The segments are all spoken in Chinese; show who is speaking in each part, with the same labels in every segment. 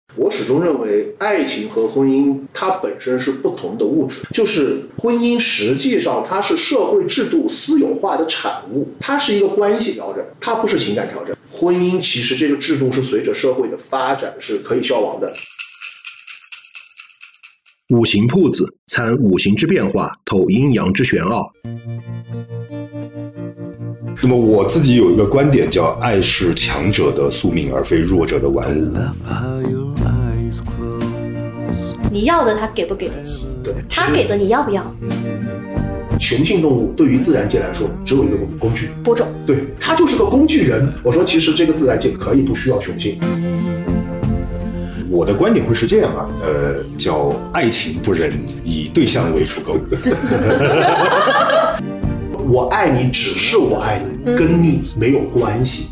Speaker 1: 我始终认为爱情和婚姻它本身是不同的物质，就是婚姻实际上它是社会制度私有化的产物，它是一个关系调整，它不是情感调整。婚姻其实这个制度是随着社会的发展是可以消亡的。
Speaker 2: 五行铺子参五行之变化，透阴阳之玄奥。
Speaker 3: 那么我自己有一个观点，叫爱是强者的宿命，而非弱者的玩物。
Speaker 4: 你要的他给不给得起？
Speaker 1: 对，
Speaker 4: 他给的你要不要？
Speaker 1: 雄性动物对于自然界来说只有一个工具，
Speaker 4: 播种。
Speaker 1: 对，它就是个工具人。我说其实这个自然界可以不需要雄性。
Speaker 3: 我的观点会是这样啊，叫爱情不仁，以对象为刍狗。
Speaker 1: 我爱你只是我爱你，跟你没有关系。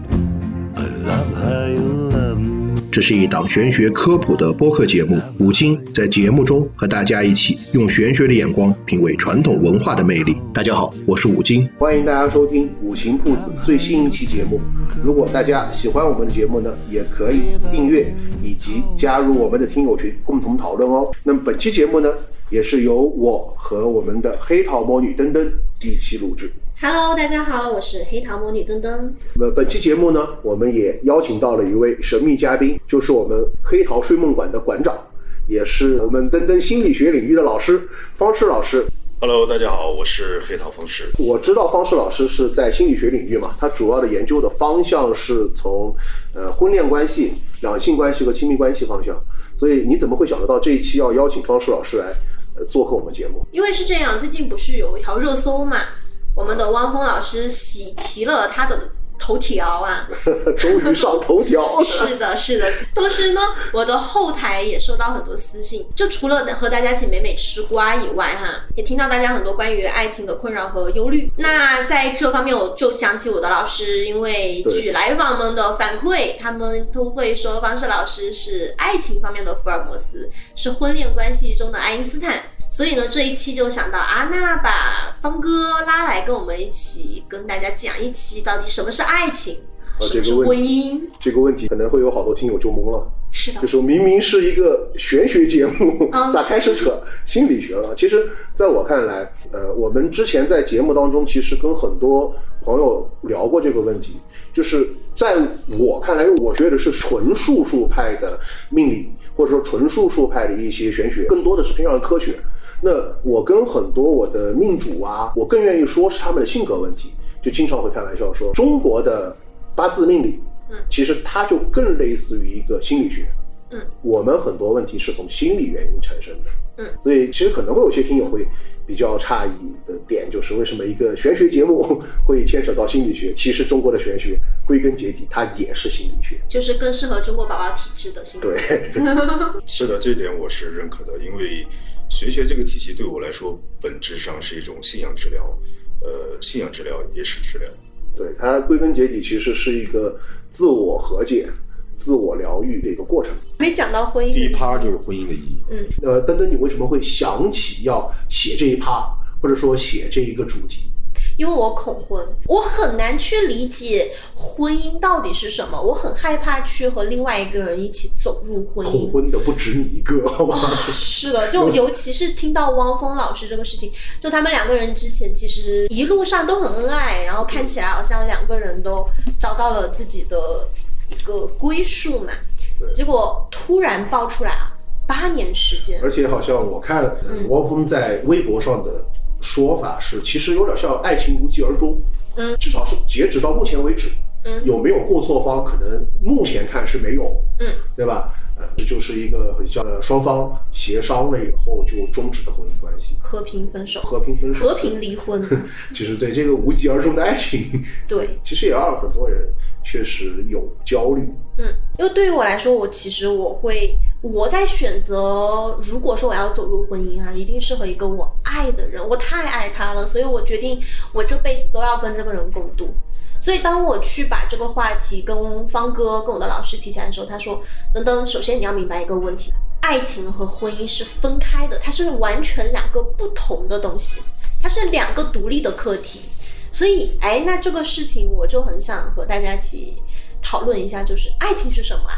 Speaker 2: 这是一档玄学科普的播客节目，五金在节目中和大家一起用玄学的眼光品味传统文化的魅力。大家好，我是五金，
Speaker 1: 欢迎大家收听五行铺子最新一期节目。如果大家喜欢我们的节目呢，也可以订阅以及加入我们的听友群共同讨论哦。那么本期节目呢，也是由我和我们的黑桃魔女登登一起录制。
Speaker 4: Hello， 大家好，我是黑桃魔女登登。
Speaker 1: 那么本期节目呢，我们也邀请到了一位神秘嘉宾，就是我们黑桃睡梦馆的馆长，也是我们登登心理学领域的老师方式老师。
Speaker 3: Hello， 大家好，我是黑桃方式。
Speaker 1: 我知道方式老师是在心理学领域嘛，他主要的研究的方向是从婚恋关系、两性关系和亲密关系方向。所以你怎么会想得到这一期要邀请方式老师来做客我们节目？
Speaker 4: 因为是这样，最近不是有一条热搜嘛，我们的汪峰老师喜提了他的头条啊，
Speaker 1: 终于上头条。
Speaker 4: 是的，是的。同时呢，我的后台也收到很多私信，就除了和大家一起美美吃瓜以外哈，也听到大家很多关于爱情的困扰和忧虑。那在这方面，我就想起我的老师，因为据来访们的反馈，他们都会说方式老师是爱情方面的福尔摩斯，是婚恋关系中的爱因斯坦。所以呢，这一期就想到啊，那把方哥拉来跟我们一起跟大家讲一期到底什么是爱情，什么是婚姻。
Speaker 1: 这个问题可能会有好多听友就懵了。
Speaker 4: 是的，
Speaker 1: 就是明明是一个玄学节目，咋开始扯心理学了？其实在我看来，我们之前在节目当中其实跟很多朋友聊过这个问题，就是在我看来，我觉得是纯术数派的命理，或者说纯术数派的一些玄学，更多的是偏向科学。那我跟很多我的命主啊，我更愿意说是他们的性格问题，就经常会开玩笑说中国的八字命理，其实它就更类似于一个心理学。我们很多问题是从心理原因产生的。所以其实可能会有些听友会比较诧异的点，就是为什么一个玄学节目会牵扯到心理学？其实中国的玄学归根结底它也是心理学，
Speaker 4: 就是更适合中国宝宝体质的心理学。
Speaker 1: 对，
Speaker 3: 是的，这点我是认可的，因为玄学这个体系对我来说本质上是一种信仰治疗，信仰治疗也是治疗。
Speaker 1: 对，它归根结底其实是一个自我和解、自我疗愈的一个过程。
Speaker 4: 没讲到婚姻，
Speaker 3: 第一趴就是婚姻的意义。
Speaker 1: 登登，你为什么会想起要写这一趴，或者说写这一个主题？
Speaker 4: 因为我恐婚，我很难去理解婚姻到底是什么，我很害怕去和另外一个人一起走入婚姻。
Speaker 1: 恐婚的不止你一个，好吧？
Speaker 4: 是的，就尤其是听到汪峰老师这个事情，就他们两个人之前其实一路上都很恩爱，然后看起来好像两个人都找到了自己的一个归宿嘛，结果突然爆出来啊，8年时间，
Speaker 1: 而且好像我看汪峰在微博上的说法是，其实有点像爱情无疾而终，至少是截止到目前为止，有没有过错方，可能目前看是没有，对吧？这就是一个很像双方协商了以后就终止的婚姻关系，
Speaker 4: 和平分手，
Speaker 1: 和平分手，
Speaker 4: 和平离婚。
Speaker 1: 其实对这个无疾而终的爱情，
Speaker 4: 对，
Speaker 1: 其实也让很多人确实有焦虑。
Speaker 4: 因为对于我来说，我在选择，如果说我要走入婚姻啊，一定是和一个我爱的人，我太爱他了，所以我决定我这辈子都要跟这个人共度。所以当我去把这个话题跟方哥跟我的老师提起来的时候，他说等等，首先你要明白一个问题，爱情和婚姻是分开的，它是完全两个不同的东西，它是两个独立的课题。所以那这个事情我就很想和大家一起讨论一下，就是爱情是什么啊？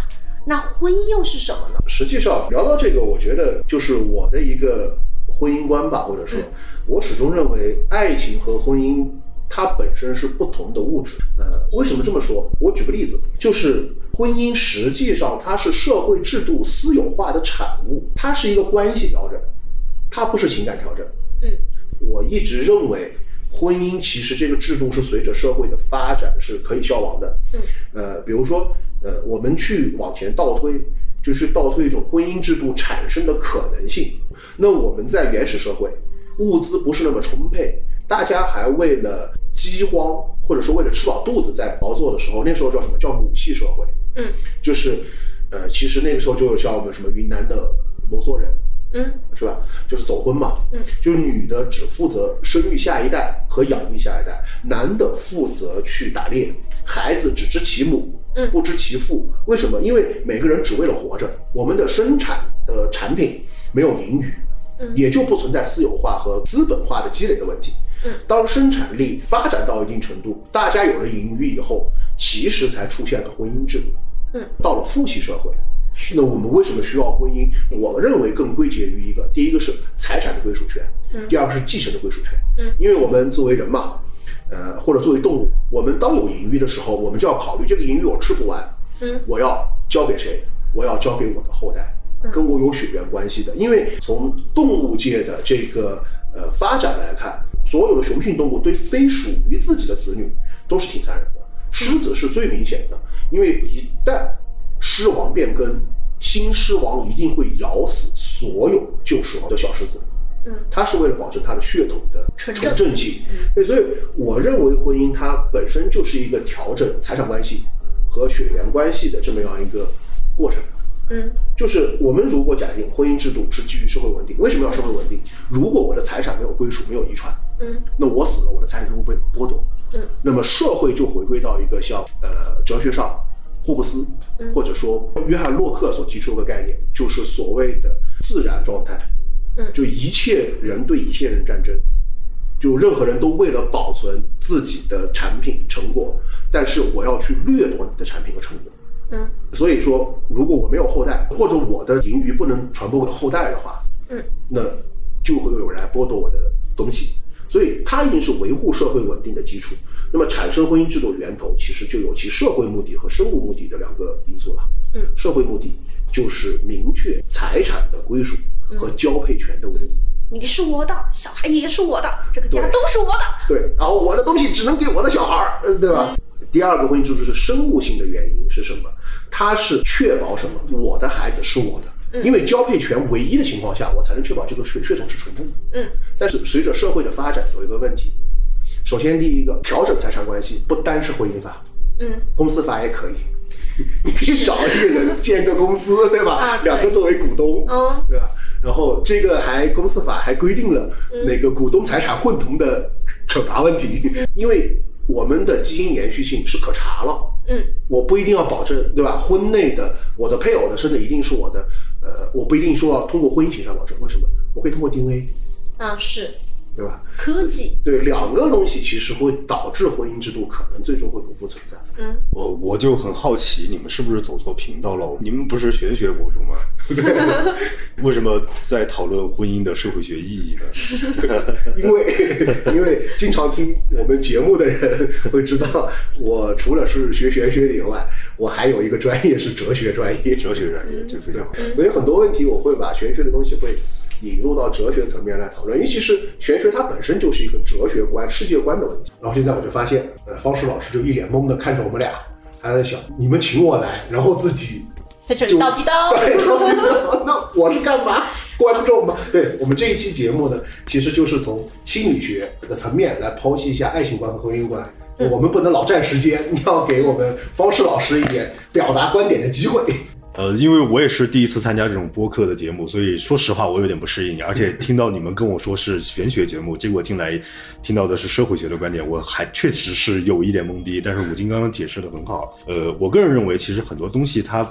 Speaker 4: 那婚姻又是什么呢？
Speaker 1: 实际上聊到这个，我觉得就是我的一个婚姻观吧，或者说我始终认为爱情和婚姻它本身是不同的物质。为什么这么说？我举个例子，就是婚姻实际上它是社会制度私有化的产物，它是一个关系调整，它不是情感调整。我一直认为婚姻其实这个制度是随着社会的发展是可以消亡的。比如说我们去往前倒推，就是倒推一种婚姻制度产生的可能性。那我们在原始社会，物资不是那么充沛，大家还为了饥荒或者说为了吃饱肚子在劳作的时候，那时候叫什么？叫母系社会。就是其实那个时候就有像我们什么云南的摩梭人，是吧？就是走婚嘛，就是女的只负责生育下一代和养育下一代，男的负责去打猎，孩子只知其母，不知其父。为什么？因为每个人只为了活着，我们的生产的产品没有盈余，也就不存在私有化和资本化的积累的问题。当生产力发展到一定程度，大家有了盈余以后，其实才出现了婚姻制度。到了父系社会，那我们为什么需要婚姻？我认为更归结于一个，第一个是财产的归属权，第二个是继承的归属权。因为我们作为人嘛，或者作为动物，我们当有盈余的时候，我们就要考虑这个盈余我吃不完，我要交给谁？我要交给我的后代，跟我有血缘关系的。因为从动物界的这个发展来看，所有的雄性动物对非属于自己的子女都是挺残忍的。狮子是最明显的，因为一旦狮王变更，新狮王一定会咬死所有旧狮王的小狮子。它是为了保证它的血统的纯正性。所以我认为婚姻它本身就是一个调整财产关系和血缘关系的这么样一个过程。就是我们如果假定婚姻制度是基于社会稳定，为什么要社会稳定？如果我的财产没有归属，没有遗传，那我死了，我的财产就会被剥夺。那么社会就回归到一个像哲学上霍布斯或者说约翰洛克所提出的概念，就是所谓的自然状态。就一切人对一切人战争，就任何人都为了保存自己的产品成果，但是我要去掠夺你的产品和成果。所以说如果我没有后代，或者我的盈余不能传播给后代的话，那就会有人来剥夺我的东西。所以它一定是维护社会稳定的基础。那么产生婚姻制度的源头其实就有其社会目的和生物目的的两个因素了。社会目的就是明确财产的归属和交配权的唯一。
Speaker 4: 你是我的，小孩也是我的，这个家都是我的。
Speaker 1: 对，然后我的东西只能给我的小孩，对吧？第二个婚姻制度是生物性的原因是什么？它是确保什么？我的孩子是我的。因为交配权唯一的情况下，我才能确保这个血统是纯正的。但是随着社会的发展，有一个问题。首先，第一个，调整财产关系不单是婚姻法，公司法也可以。你可以找一个人建个公司，对吧？两个作为股东，对吧？然后这个公司法还规定了那个股东财产混同的惩罚问题，因为我们的基因延续性是可查了。我不一定要保证，对吧？婚内的我的配偶的生的一定是我的，我不一定说要通过婚姻形式保证。为什么？我可以通过 DNA。是，对吧？
Speaker 4: 科技。对，
Speaker 1: 两个东西其实会导致婚姻制度可能最终会不复存在。
Speaker 3: 我就很好奇，你们是不是走错频道了？你们不是玄学博主吗？为什么在讨论婚姻的社会学意义呢？
Speaker 1: 因为经常听我们节目的人会知道，我除了是学玄学以外，我还有一个专业是哲学专业。
Speaker 3: 哲学专业就非常好。
Speaker 1: 所以很多问题我会把玄学的东西会引入到哲学层面来讨论，尤其是玄学它本身就是一个哲学观、世界观的问题。然后现在我就发现，方式老师就一脸懵的看着我们俩，还在想，你们请我来，然后自己
Speaker 4: 在这里叨逼叨。
Speaker 1: 对，那我是干嘛？观众吗？对，我们这一期节目呢，其实就是从心理学的层面来剖析一下爱情观和婚姻观。我们不能老占时间，你要给我们方式老师一点表达观点的机会。
Speaker 3: 因为我也是第一次参加这种播客的节目，所以说实话我有点不适应，而且听到你们跟我说是玄学节目，结果进来听到的是社会学的观点，我还确实是有一点懵逼。但是武金刚刚解释的很好。我个人认为其实很多东西它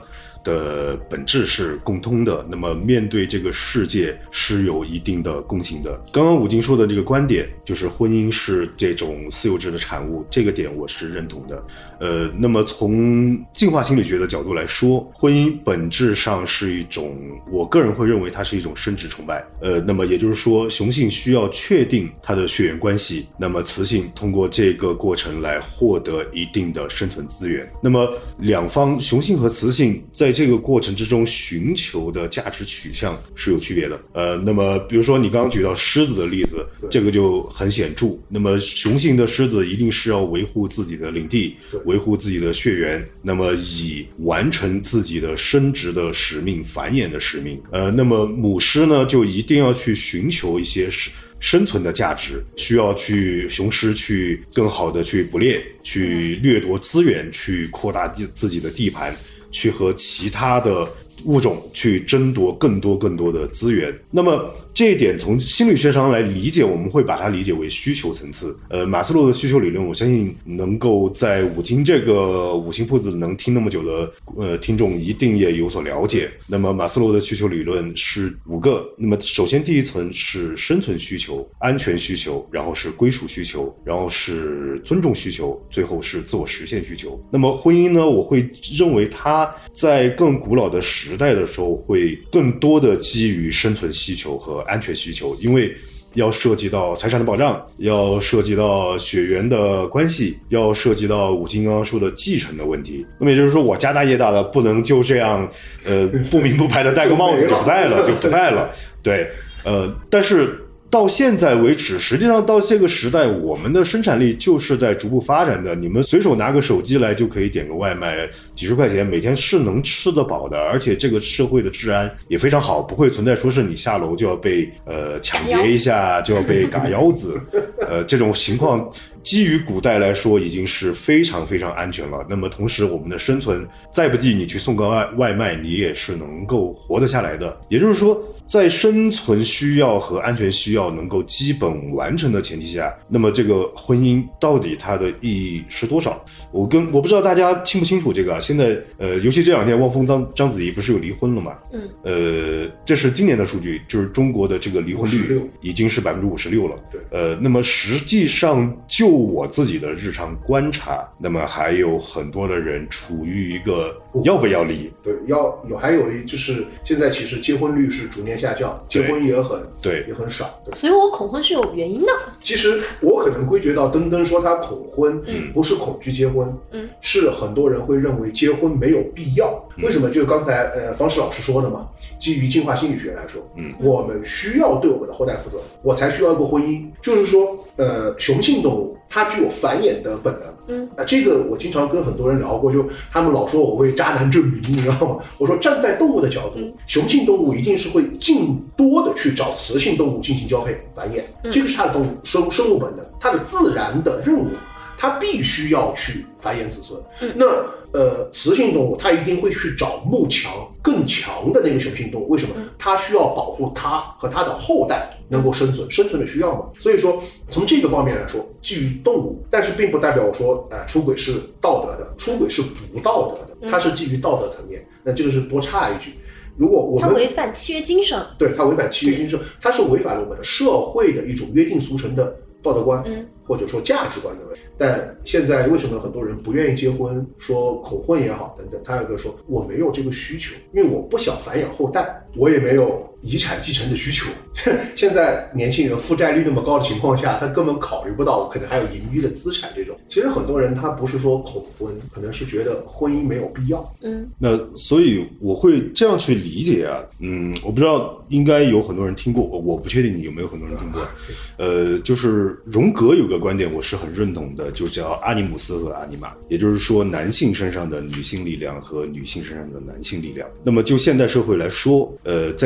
Speaker 3: 的本质是共通的，那么面对这个世界是有一定的共性的。刚刚武金说的这个观点，就是婚姻是这种私有制的产物，这个点我是认同的。那么从进化心理学的角度来说，婚姻本质上是一种，我个人会认为它是一种生殖崇拜。那么也就是说，雄性需要确定它的血缘关系，那么雌性通过这个过程来获得一定的生存资源。那么两方雄性和雌性在这个过程之中寻求的价值取向是有区别的。那么比如说你刚刚举到狮子的例子，这个就很显著。那么雄性的狮子一定是要维护自己的领地，维护自己的血缘，那么以完成自己的生殖的使命、繁衍的使命。那么母狮呢，就一定要去寻求一些生存的价值，需要去雄狮去更好的去捕猎，去掠夺资源，去扩大自己的地盘，去和其他的物种去争夺更多的资源。那么这一点从心理学上来理解，我们会把它理解为需求层次。马斯洛的需求理论，我相信能够在五金这个五行铺子能听那么久的听众一定也有所了解。那么马斯洛的需求理论是5个，那么首先第一层是生存需求、安全需求，然后是归属需求，然后是尊重需求，最后是自我实现需求。那么婚姻呢，我会认为它在更古老的时代的时候会更多的基于生存需求和安全需求，因为要涉及到财产的保障，要涉及到血缘的关系，要涉及到武金刚刚说的继承的问题。那么也就是说，我家大业大的不能就这样不明不白的戴个帽子就不在了。对，但是到现在为止，实际上到这个时代，我们的生产力就是在逐步发展的。你们随手拿个手机来就可以点个外卖，几十块钱每天是能吃得饱的，而且这个社会的治安也非常好，不会存在说是你下楼就要被抢劫一下，就要被嘎腰子，这种情况。基于古代来说已经是非常非常安全了，那么同时我们的生存再不济你去送个外卖你也是能够活得下来的。也就是说在生存需要和安全需要能够基本完成的前提下，那么这个婚姻到底它的意义是多少？我不知道大家清不清楚这个现在尤其这2天汪峰章子怡不是又离婚了嘛？这是今年的数据，就是中国的这个离婚率已经是56%了。对，那么实际上就我自己的日常观察，那么还有很多的人处于一个要不要离？
Speaker 1: 对，还有就是现在其实结婚率是逐年下降，结婚也很少。对，
Speaker 4: 所以我恐婚是有原因的。
Speaker 1: 其实我可能归结到登登说他恐婚，不是恐惧结婚，是很多人会认为结婚没有必要。为什么？就刚才方式老师说的嘛，基于进化心理学来说，我们需要对我们的后代负责，我才需要一个婚姻。就是说，雄性动物它具有繁衍的本能。这个我经常跟很多人聊过，就他们老说我为渣男证明，你知道吗？我说站在动物的角度，雄性动物一定是会尽多的去找雌性动物进行交配繁衍，这个是它的动物生物本能，它的自然的任务，它必须要去繁衍子孙。那雌性动物它一定会去找慕强更强的那个雄性动物，为什么？它需要保护它和它的后代能够生存的需要嘛。所以说从这个方面来说，基于动物，但是并不代表我说出轨是道德的，出轨是不道德的，它是基于道德层面。那这个是多插一句，如果我们
Speaker 4: 它违反契约精神，
Speaker 1: 对，它违反契约精神，它是违反了我们的社会的一种约定俗成的道德观，或者说价值观的问题。但现在为什么很多人不愿意结婚，说恐婚也好等等，他有个说我没有这个需求，因为我不想繁衍后代，我也没有遗产继承的需求。现在年轻人负债率那么高的情况下，他根本考虑不到可能还有盈余的资产这种。其实很多人他不是说恐婚，可能是觉得婚姻没有必要。
Speaker 3: 那所以我会这样去理解啊，我不知道应该有很多人听过，我不确定你有没有很多人听过。就是荣格有个观点我是很认同的，就叫阿尼姆斯和阿尼玛，也就是说男性身上的女性力量和女性身上的男性力量。那么就现代社会来说，在这个阶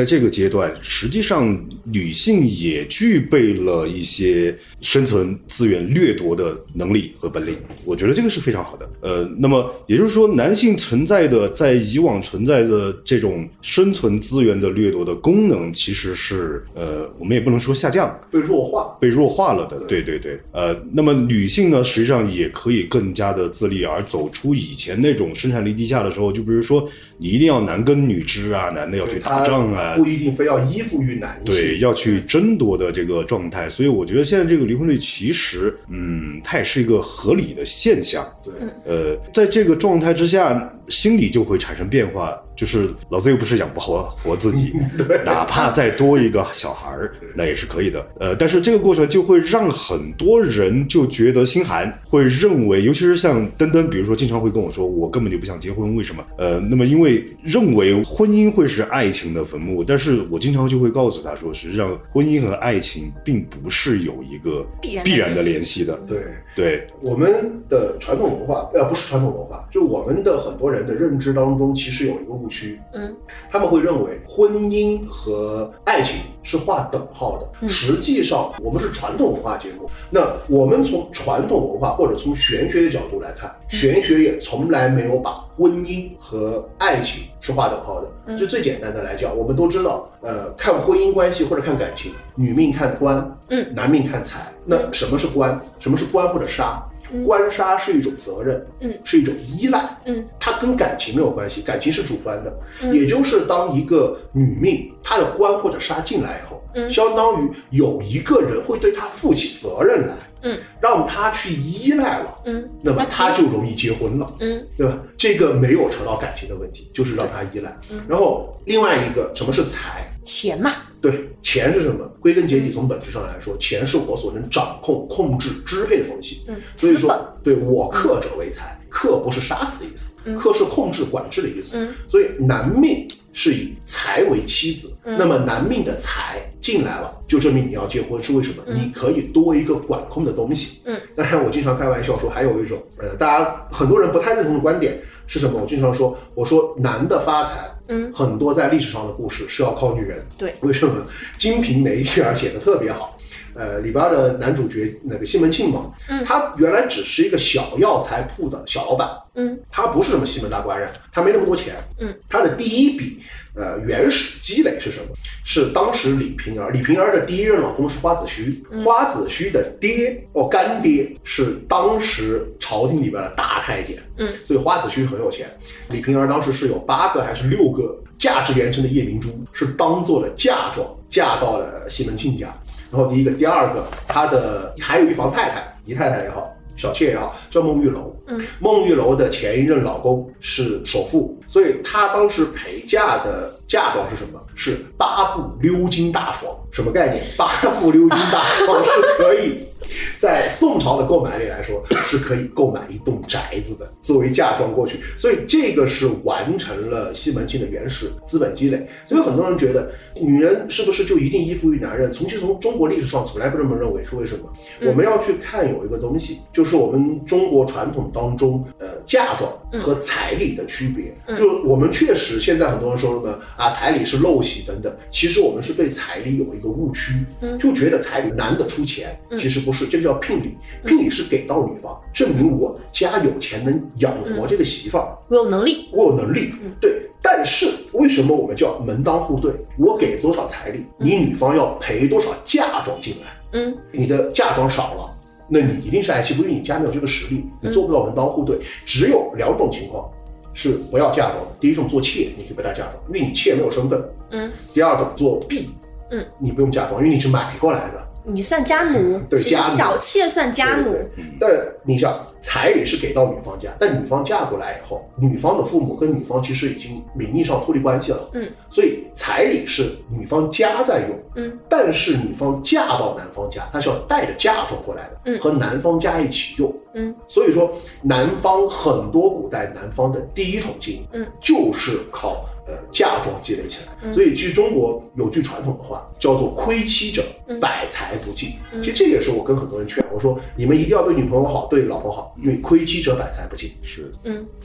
Speaker 3: 阶段，实际上女性也具备了一些生存资源掠夺的能力和本领，我觉得这个是非常好的。那么也就是说，男性在以往存在的这种生存资源的掠夺的功能，其实是我们也不能说下降，被弱化了的。对。那么女性呢，实际上也可以更加的自立，而走出以前那种生产力低下的时候，就比如说你一定要男耕女织啊，男的要去打仗啊，
Speaker 1: 不一定非要依附于男性，
Speaker 3: 对，要去争夺的这个状态。所以我觉得现在这个离婚率其实它也是一个合理的现象。
Speaker 1: 对，
Speaker 3: 在这个状态之下，心理就会产生变化，就是老子又不是养不活自己哪怕再多一个小孩那也是可以的。但是这个过程就会让很多人就觉得心寒，会认为，尤其是像登登，比如说经常会跟我说我根本就不想结婚，为什么？那么因为认为婚姻会是爱情的坟墓，但是我经常就会告诉他说，实际上婚姻和爱情并不是有一个必然的联系的。对，
Speaker 1: 我们的传统文化不是传统文化，就是我们的很多人的认知当中其实有一个误区，他们会认为婚姻和爱情是划等号的。实际上我们是传统文化节目，那我们从传统文化或者从玄学的角度来看，玄学也从来没有把婚姻和爱情是划等号的。就最简单的来讲，我们都知道看婚姻关系或者看感情，女命看官，男命看财。那什么是官？什么是官或者杀？官杀是一种责任，是一种依赖，它跟感情没有关系，感情是主观的。也就是当一个女命她的官或者杀进来以后，相当于有一个人会对她负起责任来，让她去依赖了，那么她就容易结婚了，对吧？这个没有扯到感情的问题，就是让她依赖。然后另外一个，什么是财？
Speaker 4: 钱嘛。
Speaker 1: 对，钱是什么？归根结底，从本质上来说，钱是我所能掌控、控制、支配的东西。所以说，对，我克者为财，克不是杀死的意思，克是控制、管制的意思。所以男命是以财为妻子，那么男命的财进来了，就证明你要结婚，是为什么？你可以多一个管控的东西。当然我经常开玩笑说，还有一种大家很多人不太认同的观点是什么？我经常说，我说男的发财，很多在历史上的故事是要靠女人。对，为什么？《金瓶梅》第二写的特别好。里边的男主角那个西门庆嘛，他原来只是一个小药材铺的小老板，他不是什么西门大官人，他没那么多钱，他的第一笔原始积累是什么？是当时李瓶儿的第一任老公是花子虚，花子虚的爹干爹是当时朝廷里边的大太监，所以花子虚很有钱。李瓶儿当时是有8个还是6个价值连城的夜明珠，是当做了嫁妆嫁到了西门庆家。然后第一个，第二个，他的还有一房太太，姨太太也好，小妾也好，叫孟玉楼。孟玉楼的前一任老公是首富，所以他当时陪嫁的嫁妆是什么？是8部鎏金大床。什么概念？8部鎏金大床是可以在宋朝的购买力来说是可以购买一栋宅子的，作为嫁妆过去。所以这个是完成了西门庆的原始资本积累。所以很多人觉得女人是不是就一定依附于男人？从中国历史上从来不这么认为，是为什么？我们要去看有一个东西，就是我们中国传统当中嫁妆和彩礼的区别。就我们确实现在很多人说什么彩礼是陋习等等，其实我们是对彩礼有一个误区，就觉得彩礼男的出钱，其实不是，这个叫聘礼。聘礼是给到女方，证明我家有钱能养活这个媳妇儿，
Speaker 4: 我有能力，
Speaker 1: 对。但是为什么我们叫门当户对？我给多少彩礼，你女方要赔多少嫁妆进来。你的嫁妆少了，那你一定是爱妻，因为你家没有这个实力，你做不到门当户对。只有2种情况是不要嫁妆的。第一种做妾，你可以不带嫁妆，因为你妾没有身份。第二种做婢，你不用嫁妆，因为你是买过来的，
Speaker 4: 你算家奴。
Speaker 1: 对，
Speaker 4: 其实小妾算家奴。
Speaker 1: 但你想，彩礼是给到女方家，但女方嫁过来以后，女方的父母跟女方其实已经名义上脱离关系了。所以彩礼是女方家在用。但是女方嫁到男方家，她是要带着嫁妆过来的，和男方家一起用。所以说南方很多古代南方的第一桶金，就是靠嫁妆积累起来。所以其实中国有句传统的话叫做亏妻者百财不进。其实这也是我跟很多人劝，我说你们一定要对女朋友好，对老婆好，因为亏妻者百财不进。
Speaker 3: 是。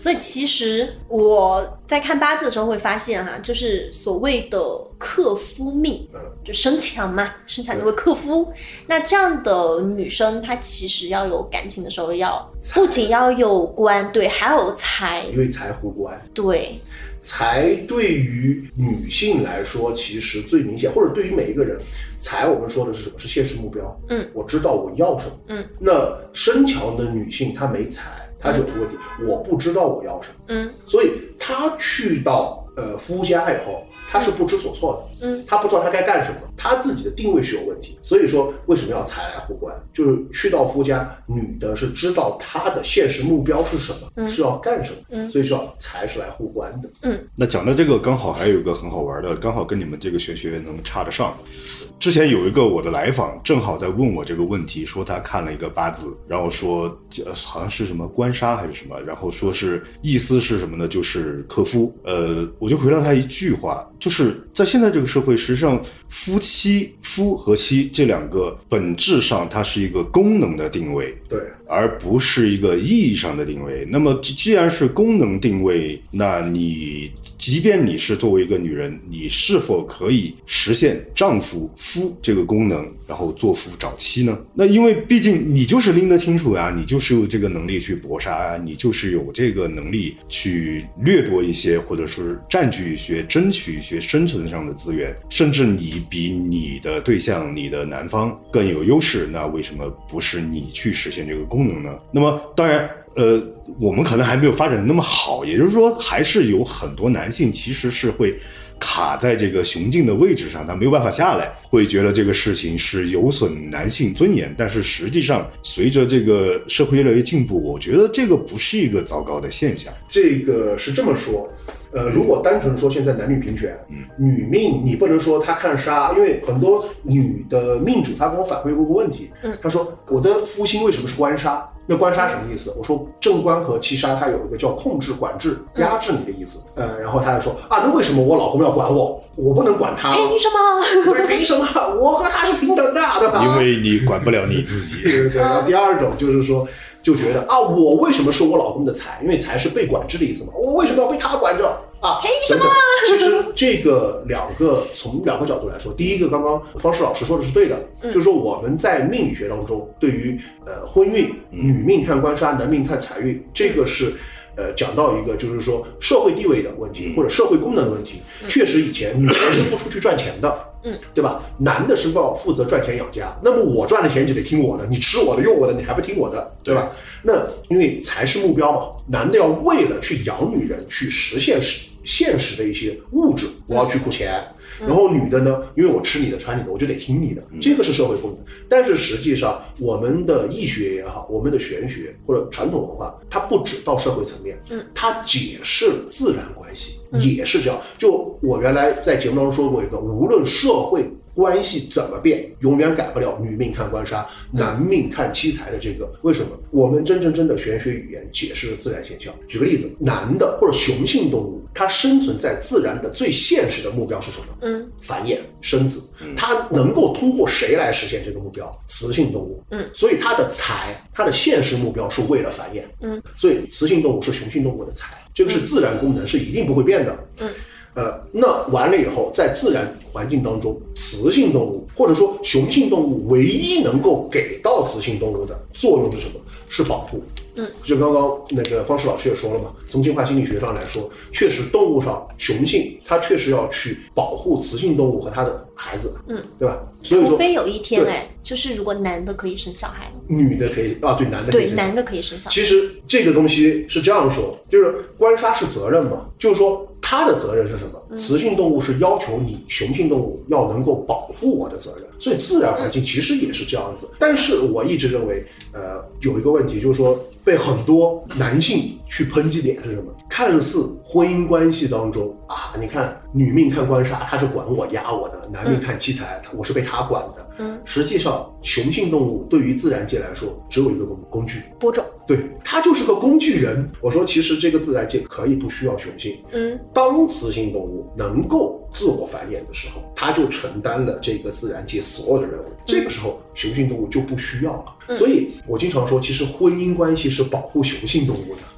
Speaker 4: 所以其实我在看八字的时候会发现就是所谓的克夫命，就生强嘛，生强就会克夫。那这样的女生，她其实要有感情的时候，不仅要有官，对，还有财，
Speaker 1: 因为财互官。
Speaker 4: 对，
Speaker 1: 财对于女性来说其实最明显，或者对于每一个人，财我们说的是什么？是现实目标。我知道我要什么。那身强的女性她没财，她就有个问题，我不知道我要什么。所以她去到夫家以后，她是不知所措的。她不知道她该干什么，她自己的定位是有问题。所以说为什么要财来互官？就是去到夫家，女的是知道她的现实目标是什么，是要干什么。所以说财是来互官的。
Speaker 3: 那讲到这个，刚好还有一个很好玩的，刚好跟你们这个玄学能插得上。之前有一个我的来访正好在问我这个问题，说他看了一个八字，然后说好像是什么官杀还是什么，然后说是意思是什么呢？就是克夫。我就回答他一句话，就是在现在这个社会，实际上夫和妻这两个本质上它是一个功能的定位，
Speaker 1: 对，
Speaker 3: 而不是一个意义上的定位。那么既然是功能定位，那你即便你是作为一个女人，你是否可以实现丈夫夫这个功能，然后做夫找妻呢？那因为毕竟你就是拎得清楚呀，你就是有这个能力去搏杀啊，你就是有这个能力去掠夺一些，或者是占据一些，争取一些生存上的资源，甚至你比你的对象，你的男方更有优势，那为什么不是你去实现这个功能呢？那么当然我们可能还没有发展的那么好，也就是说还是有很多男性其实是会卡在这个雄竞的位置上，他没有办法下来，会觉得这个事情是有损男性尊严。但是实际上随着这个社会越来越进步，我觉得这个不是一个糟糕的现象。
Speaker 1: 这个是这么说，如果单纯说现在男女平权，女命你不能说她看杀，因为很多女的命主她跟我反馈过个问题，她说我的夫星为什么是官杀？那官杀什么意思？我说正官和七杀它有一个叫控制、管制、压制你的意思。然后他就说那为什么我老公要管我？我不能管他。
Speaker 4: 凭什么？
Speaker 1: 凭什么？我和他是平等的，对吧？
Speaker 3: 因为你管不了你自己。
Speaker 1: 对。然后第二种就是说，就觉得我为什么是我老公的财？因为财是被管制的意思嘛。我为什么要被他管着？
Speaker 4: 凭什么？
Speaker 1: 其实这个从两个角度来说，第一个刚刚方式老师说的是对的，就是说我们在命理学当中，对于婚运，女命看官杀，男命看财运，这个是讲到一个就是说社会地位的问题或者社会功能的问题。确实以前女人是不出去赚钱的，对吧？男的是要负责赚钱养家，那么我赚的钱就得听我的，你吃我的用我的，你还不听我的，对吧？那因为财是目标嘛，男的要为了去养女人，去实现现实的一些物质，我要去付钱。然后女的呢，因为我吃你的穿你的，我就得听你的，这个是社会功能。但是实际上我们的易学也好，我们的玄学或者传统文化，它不只到社会层面，它解释了自然关系，也是这样。就我原来在节目当中说过一个，无论社会关系怎么变，永远改不了女命看官杀，男命看妻财的这个。为什么？我们真的玄学语言解释了自然现象。举个例子，男的或者雄性动物，它生存在自然的最现实的目标是什么？繁衍生子。它能够通过谁来实现这个目标？雌性动物。所以它的财，它的现实目标是为了繁衍。所以雌性动物是雄性动物的财，这个是自然功能，是一定不会变的。那完了以后，在自然环境当中，雌性动物或者说雄性动物唯一能够给到雌性动物的作用是什么？是保护。就刚刚那个方式老师也说了嘛，从进化心理学上来说，确实动物上雄性它确实要去保护雌性动物和它的孩子，对吧？所以说，
Speaker 4: 除非有一天就是如果男的可以生小孩了，
Speaker 1: 女的可以对，男的可以生小孩，对，
Speaker 4: 男的可以生小孩。
Speaker 1: 其实这个东西是这样说，就是官杀是责任嘛，就是说他的责任是什么？雌性动物是要求你雄性动物要能够保护我的责任，所以自然环境其实也是这样子。但是我一直认为有一个问题，就是说被很多男性去抨击点是什么？看似婚姻关系当中你看女命看官杀，他是管我压我的；男命看妻财，我是被他管的。实际上雄性动物对于自然界来说只有一个工具，
Speaker 4: 播种。
Speaker 1: 对，他就是个工具人。我说其实这个自然界可以不需要雄性。当雌性动物能够自我繁衍的时候，他就承担了这个自然界所有的任务，这个时候雄性动物就不需要了。所以我经常说，其实婚姻关系是保护雄性动物的。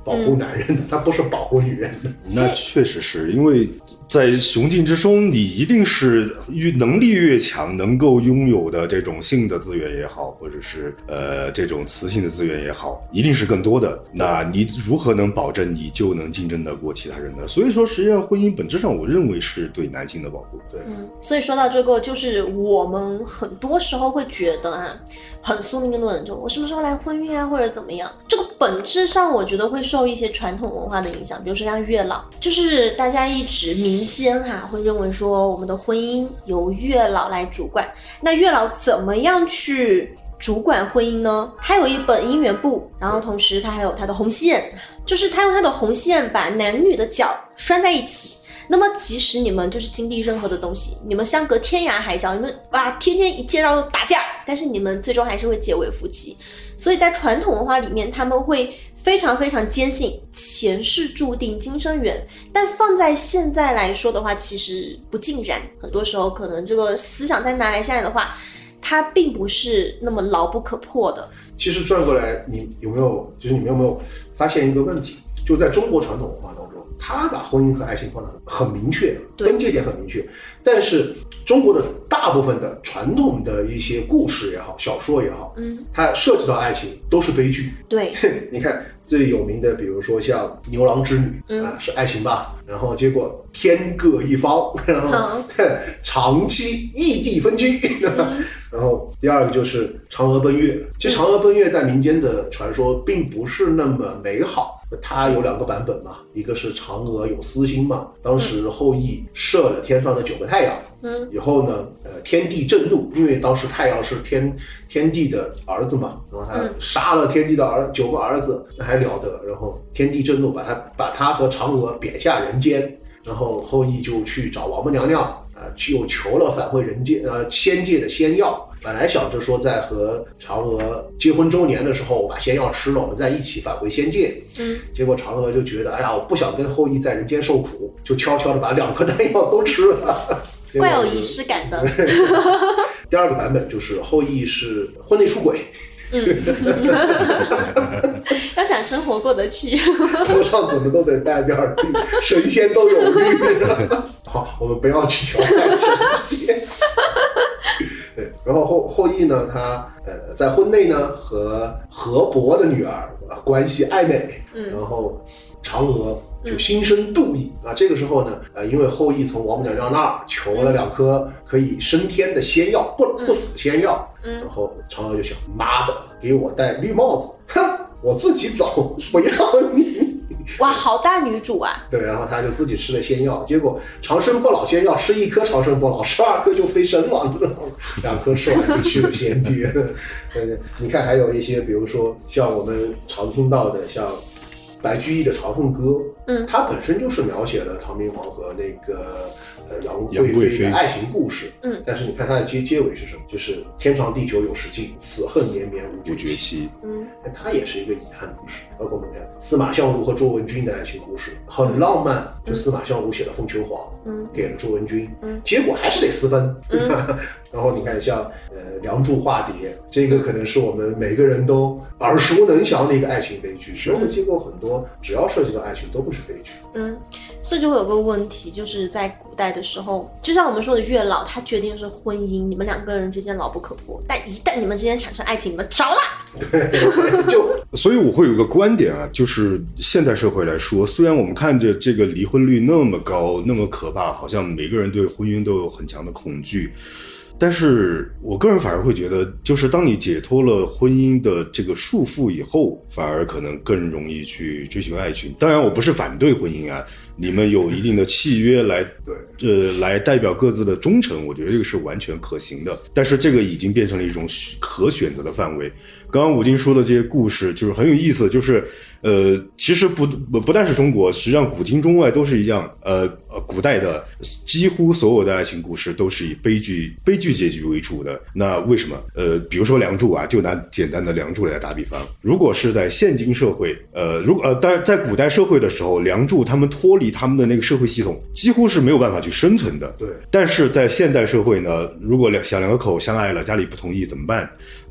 Speaker 1: 保护男人的，它不是保护女人的。
Speaker 3: 那确实是因为在雄竞之中，你一定是能力越强，能够拥有的这种性的资源也好，或者是这种雌性的资源也好，一定是更多的。那你如何能保证你就能竞争得过其他人呢？所以说，实际上婚姻本质上，我认为是对男性的保护。
Speaker 1: 对，
Speaker 4: 所以说到这个，就是我们很多时候会觉得啊，很宿命论，就我什么时候来婚育啊，或者怎么样，这个本质上我觉得会受一些传统文化的影响，比如说像月老，就是大家一直民间会认为说我们的婚姻由月老来主管。那月老怎么样去主管婚姻呢？他有一本姻缘簿，然后同时他还有他的红线，就是他用他的红线把男女的脚拴在一起。那么即使你们就是经历任何的东西，你们相隔天涯海角，你们天天一见到打架，但是你们最终还是会结为夫妻。所以在传统文化里面，他们会非常非常坚信前世注定今生缘，但放在现在来说的话，其实不尽然。很多时候可能这个思想再拿来现在的话，它并不是那么牢不可破的。
Speaker 1: 其实转过来，你们有没有发现一个问题？就在中国传统文化当中，他把婚姻和爱情放得很明确，分界点很明确。但是中国的大部分的传统的一些故事也好，小说也好，它涉及到爱情都是悲剧。
Speaker 4: 对，
Speaker 1: 你看最有名的，比如说像《牛郎织女》是爱情吧？然后结果天各一方，然后长期异地分居。然后第二个就是嫦娥奔月。其实嫦娥奔月在民间的传说并不是那么美好，它有2个版本嘛，一个是嫦娥有私心嘛，当时后羿射了天上的9个太阳，以后呢，天帝震怒，因为当时太阳是天帝的儿子嘛，然后他杀了天帝的9个儿子，那还了得？然后天帝震怒，把他和嫦娥贬下人间，然后后羿就去找王母娘娘。又求了返回人间仙界的仙药，本来想着说在和嫦娥结婚周年的时候把仙药吃了，我们再一起返回仙界。结果嫦娥就觉得哎呀，我不想跟后羿在人间受苦，就悄悄的把2颗丹药都吃了。
Speaker 4: 怪有仪式感的。
Speaker 1: 第2个版本就是后羿是婚内出轨。
Speaker 4: 要想生活过得去，
Speaker 1: 头上怎么都得带点绿，神仙都有绿。好，我们不要去调侃神仙。对，然后后羿呢，他在婚内呢和河伯的女儿关系暧昧，然后嫦娥就心生妒意这个时候呢，因为后羿从王母娘娘那儿求了2颗可以升天的仙药，不死仙药，然后嫦娥就想，妈的，给我戴绿帽子，哼，我自己走，不要你。
Speaker 4: 哇，好大女主啊！
Speaker 1: 对，然后他就自己吃了仙药，结果长生不老仙药吃1颗长生不老，12颗就飞升了，2颗吃完就去了仙界。你看还有一些，比如说像我们常听到的，像白居易的《长恨歌》，它本身就是描写了唐明皇和那个杨贵妃的爱情故事。但是你看它的结尾是什么？就是天长地久有时尽，此恨绵绵无绝期。它也是一个遗憾的故事。包括我们看司马相如和周文君的爱情故事，很浪漫。就司马相如写了《凤求凰》，给了周文君，结果还是得私奔。然后你看像梁祝化蝶，这个可能是我们每个人都耳熟能详的一个爱情悲剧。所以我们见过很多，只要涉及到爱情都会是悲剧。
Speaker 4: 所以就会有个问题，就是在古代的时候，就像我们说的月老，他决定是婚姻，你们2个人之间牢不可破，但一旦你们之间产生爱情，你们着了。
Speaker 3: 所以我会有一个观点就是现代社会来说，虽然我们看着这个离婚率那么高，那么可怕，好像每个人对婚姻都有很强的恐惧，但是我个人反而会觉得，就是当你解脱了婚姻的这个束缚以后，反而可能更容易去追寻爱情。当然我不是反对婚姻你们有一定的契约来来代表各自的忠诚，我觉得这个是完全可行的。但是这个已经变成了一种可选择的范围。刚刚武金说的这些故事就是很有意思，就是其实不但是中国，实际上古今中外都是一样。古代的几乎所有的爱情故事都是以悲剧结局为主的。那为什么？比如说梁祝就拿简单的梁祝来打比方。如果是在现今社会，当然在古代社会的时候，梁祝他们脱离他们的那个社会系统，几乎是没有办法去生存的。
Speaker 1: 对。
Speaker 3: 但是在现代社会呢，如果2个口相爱了，家里不同意怎么办？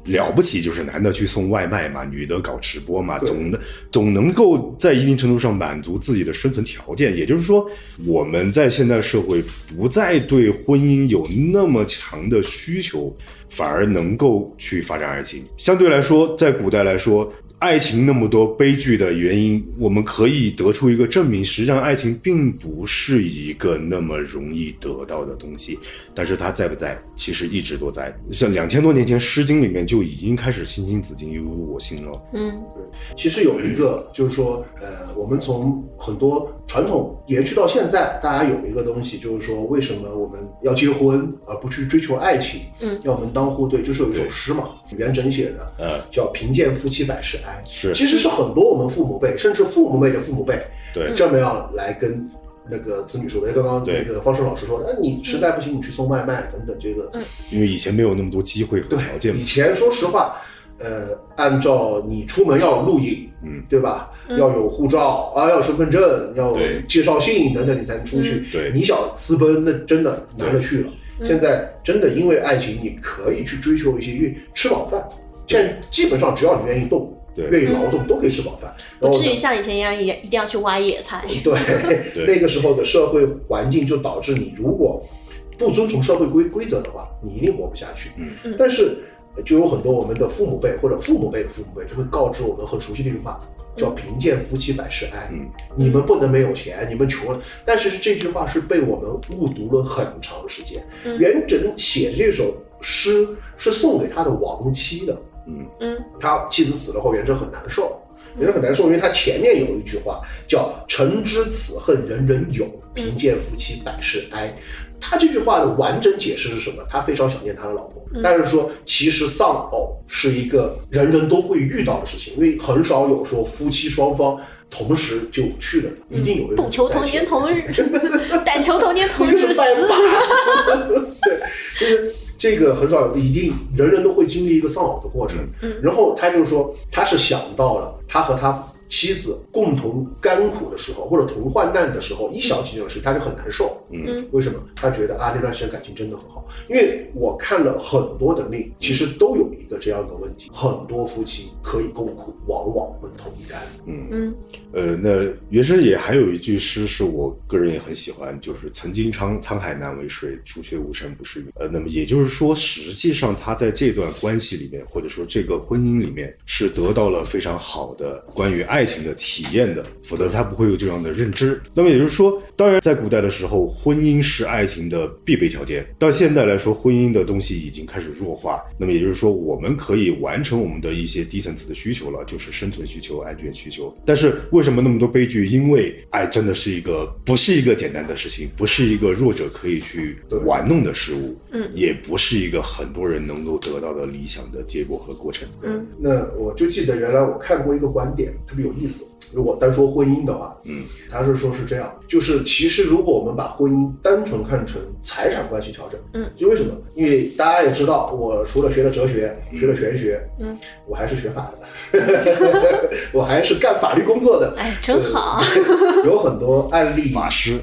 Speaker 3: 了不起就是男的去送外卖嘛，女的搞直播嘛，总能够在一定程度上满足自己的生存条件。也就是说，我们在现代社会不再对婚姻有那么强的需求，反而能够去发展爱情。相对来说，在古代来说，爱情那么多悲剧的原因，我们可以得出一个证明，实际上爱情并不是一个那么容易得到的东西，但是它在不在，其实一直都在。像2000多年前《诗经》里面就已经开始星星子衿，犹如我心了。对，
Speaker 1: 其实有一个就是说，我们从很多传统延续到现在，大家有一个东西，就是说为什么我们要结婚而不去追求爱情？要门当户对，就是有一首诗嘛，元稹写的，叫贫贱夫妻百事哀。
Speaker 3: 是，
Speaker 1: 其实是很多我们父母辈，甚至父母辈的父母辈，
Speaker 3: 对，
Speaker 1: 这么样来跟那个子女说的。刚刚那个方生老师说，你实在不行，你去送外卖等等，这个，
Speaker 3: 因为以前没有那么多机会和条件。
Speaker 1: 以前说实话，按照你出门要有录影，对吧？要有护照啊，要有身份证，要有介绍信等等，你才能出去。
Speaker 3: 对，
Speaker 1: 你想私奔，那真的难了去了。现在真的因为爱情，你可以去追求一些吃饱饭。现在基本上只要你愿意动。愿意劳动都可以吃饱饭，
Speaker 4: 不至于像以前一样一定要去挖野菜。
Speaker 1: 对，那个时候的社会环境就导致你如果不遵从社会规则的话，你一定活不下去。但是就有很多我们的父母辈或者父母辈的父母辈就会告知我们很熟悉的一句话，叫贫贱夫妻百事哀。你们不能没有钱，你们穷了。但是这句话是被我们误读了很长时间。元稹写的这首诗是送给他的亡妻的。他妻子死了后，元稹很难受，因为他前面有一句话叫“臣知此恨人人有，贫贱夫妻百事哀”。他这句话的完整解释是什么？他非常想念他的老婆，但是说其实丧偶是一个人人都会遇到的事情，因为很少有说夫妻双方同时就去了，一定有人
Speaker 4: 不求同年同日，但求同年同日死。
Speaker 1: 对，就是这个很少有，一定人人都会经历一个丧偶的过程。然后他就说，他是想到了他和他妻子共同甘苦的时候，或者同患难的时候，一想起这种事他就很难受。为什么？他觉得那段时间感情真的很好。因为我看了很多的命，其实都有一个这样的问题，很多夫妻可以共苦，往往不同甘。
Speaker 3: 那元稹也还有一句诗是我个人也很喜欢，就是曾经沧海难为水，除却巫山不是云。那么也就是说，实际上他在这段关系里面，或者说这个婚姻里面，是得到了非常好的关于爱情的体验的，否则他不会有这样的认知。那么也就是说，当然在古代的时候，婚姻是爱情的必备条件，到现在来说，婚姻的东西已经开始弱化。那么也就是说，我们可以完成我们的一些低层次的需求了，就是生存需求、安全需求。但是为什么那么多悲剧？因为爱真的是不是一个简单的事情，不是一个弱者可以去玩弄的事物，也不是一个很多人能够得到的理想的结果和过程。
Speaker 1: 那我就记得原来我看过一个观点，特别有意思。如果单说婚姻的话，他是说是这样，就是其实如果我们把婚姻单纯看成财产关系调整，就为什么？因为大家也知道，我除了学了哲学，学了玄学，我还是学法的，我还是干法律工作的。
Speaker 4: 哎，真好。
Speaker 1: 有很多案例，
Speaker 3: 法师，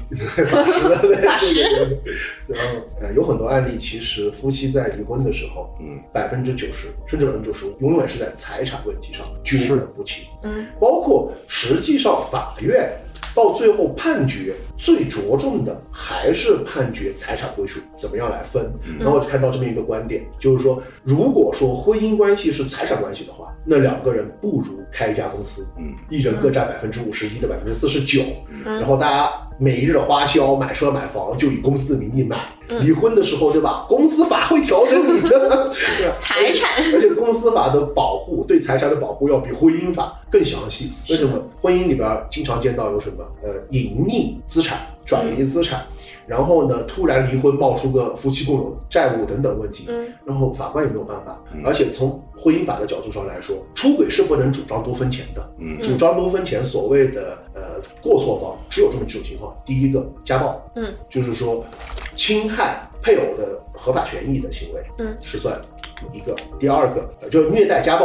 Speaker 1: 然后有很多案例，其实夫妻在离婚的时候，90%甚至95%永远是在财产问题上纠葛不清。包括实际上法院到最后判决最着重的还是判决财产归属怎么样来分。然后就看到这么一个观点，就是说如果说婚姻关系是财产关系的话，那两个人不如开一家公司，一人各占51%的49%，然后大家每一日的花销，买车买房就以公司的名义买。离婚的时候，对吧？公司法会调整你的
Speaker 4: 财产，
Speaker 1: 而且公司法的保护，对财产的保护要比婚姻法更详细。为什么？婚姻里边经常见到有什么隐匿资产、转移资产，然后呢突然离婚冒出个夫妻共有债务等等问题，然后法官也没有办法。而且从婚姻法的角度上来说，出轨是不能主张多分钱的。主张多分钱，所谓的过错方只有这么几种情况。第一个，家暴，就是说侵害配偶的合法权益的行为，是算一个。第二个就虐待家暴嘛，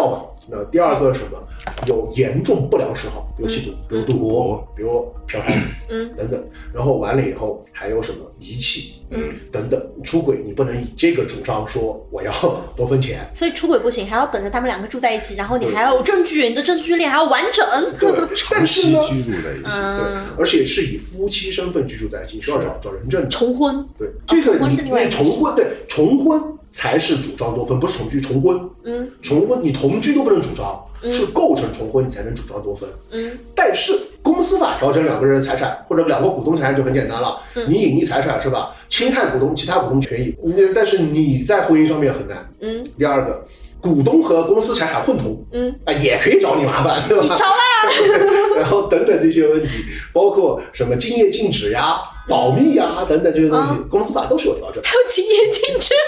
Speaker 1: 那第二个什么？有严重不良嗜好，比如吸毒，比如赌博，比如嫖娼，等等。然后完了以后还有什么遗弃，等等。出轨你不能以这个主张说我要多分钱，
Speaker 4: 所以出轨不行，还要等着他们两个住在一起，然后你还要有证据，你的证据链还要完整。
Speaker 1: 对，但是呢，
Speaker 3: 居住在一起，
Speaker 1: 对，而且是以夫妻身份居住在一起，需要找人证。
Speaker 4: 重婚，
Speaker 1: 对，这个
Speaker 4: 重婚是另外一回事。
Speaker 1: 重婚，对，重婚才是主张多分，不是同居。重婚，重婚你同居都不能主张，是构成重婚你才能主张多分。但是公司法调整两个人的财产或者两个股东财产就很简单了，你隐匿财产是吧？侵害股东其他股东权益，但是你在婚姻上面很难。第二个，股东和公司财产混同，也可以找你麻烦，对吧？
Speaker 4: 你找啦。
Speaker 1: 然后等等这些问题，包括什么竞业禁止呀、保密呀等等这些东西，公司法都是有调整。
Speaker 4: 还有竞业禁止。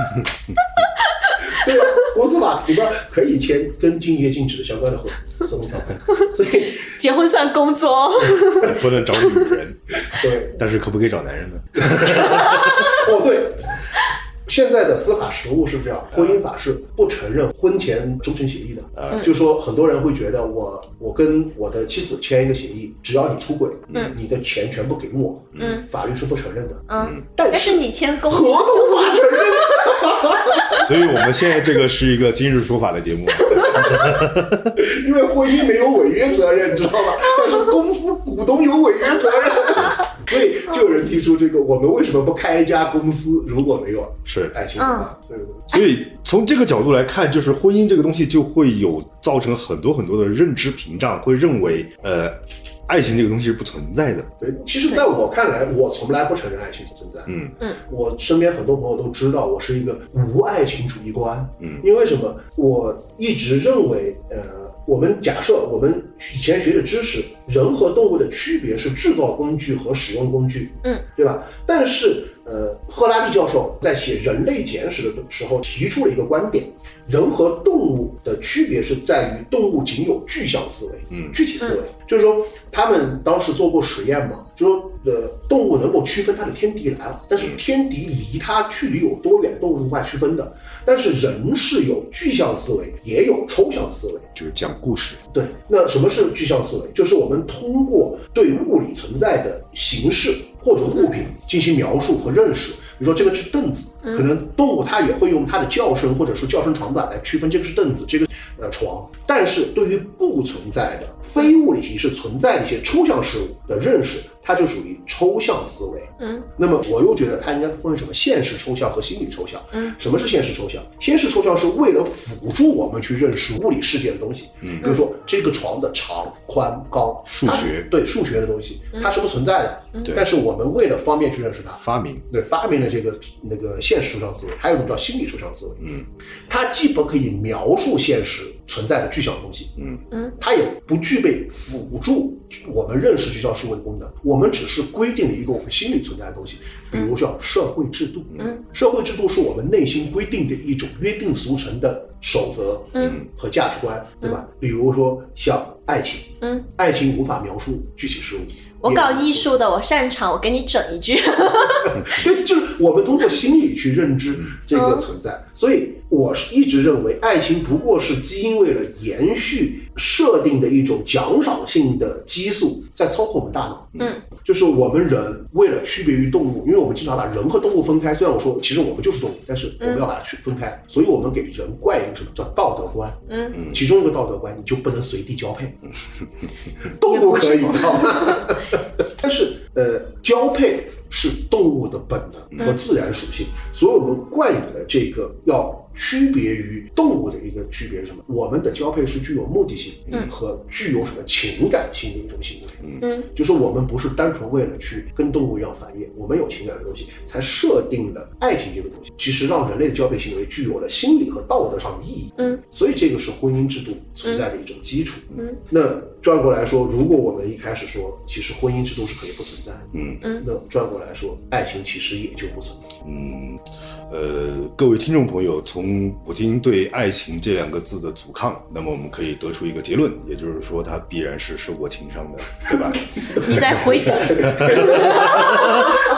Speaker 1: 对啊，公司法里边可以签跟竞业禁止相关的合同条款，所以
Speaker 4: 结婚算工作，
Speaker 3: 不能找女人。
Speaker 1: 对，
Speaker 3: 但是可不可以找男人呢？
Speaker 1: 哦，对。现在的司法实务是这样，婚姻法是不承认婚前终身协议的。就说很多人会觉得我跟我的妻子签一个协议，只要你出轨，你的钱全部给我，法律是不承认的。
Speaker 4: 但是你签公司
Speaker 1: 合同法承认。
Speaker 3: 所以我们现在这个是一个今日说法的节目。
Speaker 1: 因为婚姻没有违约责任，你知道吗？但是公司股东有违约责任。所以就有人提出这个，我们为什么不开一家公司？如果没有
Speaker 3: 是
Speaker 1: 爱情的话，对不对？
Speaker 3: 所以从这个角度来看，就是婚姻这个东西就会有造成很多很多的认知屏障，会认为爱情这个东西是不存在的。
Speaker 1: 对，其实在我看来，我从来不承认爱情存在。我身边很多朋友都知道，我是一个无爱情主义观。因为什么？我一直认为，我们假设我们以前学的知识，人和动物的区别是制造工具和使用工具，对吧？但是赫拉利教授在写《人类简史》的时候提出了一个观点，人和动物的区别是在于动物仅有具象思维，具体思维，就是说他们当时做过实验嘛，就说动物能够区分它的天敌来了，但是天敌离它距离有多远，动物是无法区分的。但是人是有具象思维，也有抽象思维，
Speaker 3: 就是讲故事。
Speaker 1: 对，那什么是具象思维？就是我们通过对物理存在的形式或者物品进行描述和认识。比如说这个是凳子，可能动物它也会用它的叫声或者说叫声长短来区分这个是凳子，这个床。但是对于不存在的非物理形式存在的一些抽象事物的认识，它就属于抽象思维。那么我又觉得它应该分为什么现实抽象和心理抽象。什么是现实抽象？现实抽象是为了辅助我们去认识物理世界的东西。比如说这个床的长宽高，
Speaker 3: 数学，
Speaker 1: 对数学的东西，它是不存在的。但是我们为了方便去认识它，发明了这个现实抽象思维。还有一种叫心理抽象思维。它既不可以描述现实存在的具象的东西，它也不具备辅助我们认识具象事物的功能。我们只是规定了一个我们心里存在的东西，比如叫社会制度。社会制度是我们内心规定的一种约定俗成的守则和价值观，对吧？比如说像爱情，爱情无法描述具体事物。
Speaker 4: 我搞艺术的，我擅长，我给你整一句。
Speaker 1: 对，就是我们通过心理去认知这个存在。所以我一直认为爱情不过是基因为了延续设定的一种奖赏性的激素在操控我们大脑。就是我们人为了区别于动物，因为我们经常把人和动物分开，虽然我说其实我们就是动物，但是我们要把它分开，所以我们给人灌一个什么叫道德观。其中一个道德观，你就不能随地交配。动物可以，好吗？但是交配是动物的本能和自然属性，所以我们冠以了这个要区别于动物的一个区别是什么？我们的交配是具有目的性和具有什么情感性的一种行为。就是我们不是单纯为了去跟动物一样繁衍，我们有情感的东西，才设定了爱情这个东西。其实让人类的交配行为具有了心理和道德上的意义。所以这个是婚姻制度存在的一种基础。那转过来说，如果我们一开始说其实婚姻制度是可以不存在的，那转过来说爱情其实也就不存在。
Speaker 3: 各位听众朋友，从普京对爱情这两个字的阻抗，那么我们可以得出一个结论，也就是说他必然是受过情伤的，对吧？
Speaker 4: 你在回答。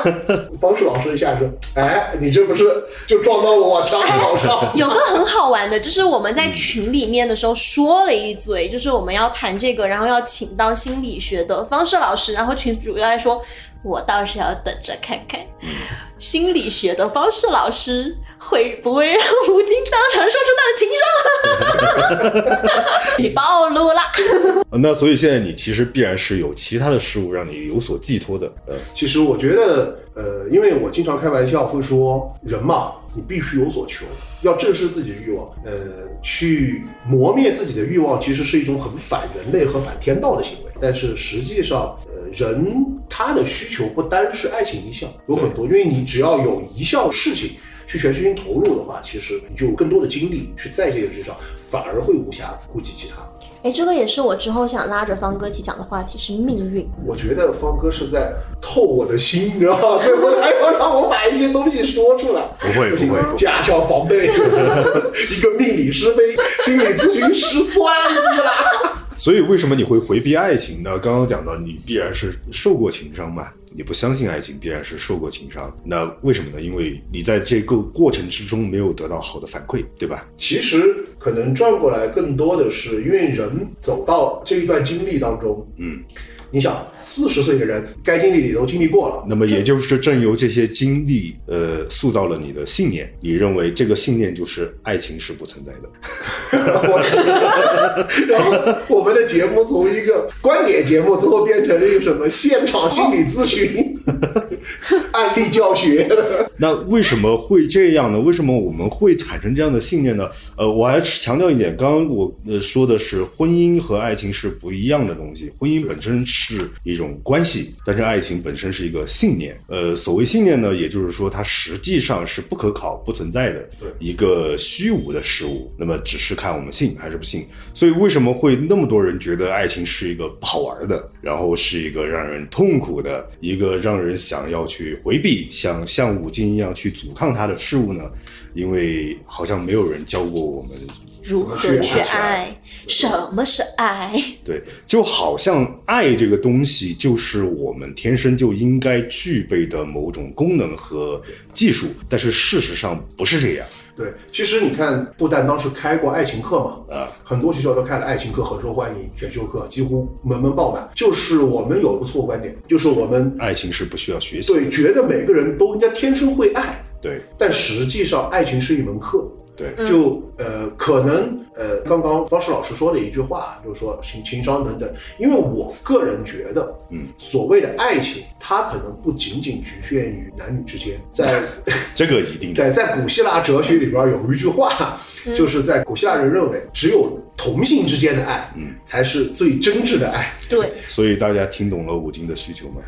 Speaker 1: 方式老师一下说，哎，你这不是就撞到我枪口上？
Speaker 4: 有个很好玩的，就是我们在群里面的时候说了一嘴，就是我们要谈这个，然后要请到心理学的方式老师，然后群主来说，我倒是要等着看看心理学的方式老师会不会让吴京当场说出他的情商。你暴露了。
Speaker 3: 那所以现在你其实必然是有其他的事物让你有所寄托的。
Speaker 1: 其实我觉得因为我经常开玩笑会说，人嘛，你必须有所求，要正视自己的欲望，去磨灭自己的欲望，其实是一种很反人类和反天道的行为。但是实际上，人他的需求不单是爱情一项，有很多，因为你只要有一项事情去全身心投入的话，其实你就有更多的精力去在这个之上，反而会无暇顾及其他。
Speaker 4: 这个也是我之后想拉着方哥一起讲的话题，是命运。
Speaker 1: 我觉得方哥是在透我的心，你知道吗？最后还要让我把一些东西说出来。
Speaker 3: 不会，
Speaker 1: 加强防备。一个命理师被心理咨询师算计了。
Speaker 3: 所以为什么你会回避爱情呢？刚刚讲到你必然是受过情伤嘛，你不相信爱情必然是受过情伤。那为什么呢？因为你在这个过程之中没有得到好的反馈，对吧？
Speaker 1: 其实可能转过来更多的是因为人走到这一段经历当中，你想40岁的人该经历的都经历过了，
Speaker 3: 那么也就是正由这些经历塑造了你的信念，你认为这个信念就是爱情是不存在的。
Speaker 1: 然后我们的节目从一个观点节目最后变成了一个什么现场心理咨询案例教学。
Speaker 3: 那为什么会这样呢？为什么我们会产生这样的信念呢？我还是强调一点，刚刚我说的是婚姻和爱情是不一样的东西，婚姻本身是一种关系，但是爱情本身是一个信念。所谓信念呢，也就是说它实际上是不可考、不存在的一个虚无的事物，那么只是看我们信还是不信。所以为什么会那么多人觉得爱情是一个不好玩的，然后是一个让人痛苦的，一个让人想要去回避，像武金一样去阻抗它的事物呢？因为好像没有人教过我们
Speaker 4: 如何去爱，什么是爱。
Speaker 3: 对，就好像爱这个东西就是我们天生就应该具备的某种功能和技术，但是事实上不是这样。
Speaker 1: 对，其实你看复旦当时开过爱情课嘛，很多学校都开了爱情课，很受欢迎，选修课几乎门门爆满。就是我们有一个错误观点，就是我们
Speaker 3: 爱情是不需要学习，
Speaker 1: 对，觉得每个人都应该天生会爱，
Speaker 3: 对，
Speaker 1: 但实际上爱情是一门课。
Speaker 3: 对，
Speaker 1: 就可能刚刚方式老师说的一句话，就是说情商等等，因为我个人觉得，所谓的爱情，它可能不仅仅局限于男女之间，在
Speaker 3: 这个一定的，
Speaker 1: 在古希腊哲学里边有一句话，就是在古希腊人认为，只有同性之间的爱，才是最真挚的爱。
Speaker 4: 对，
Speaker 3: 所以大家听懂了武金的需求吗？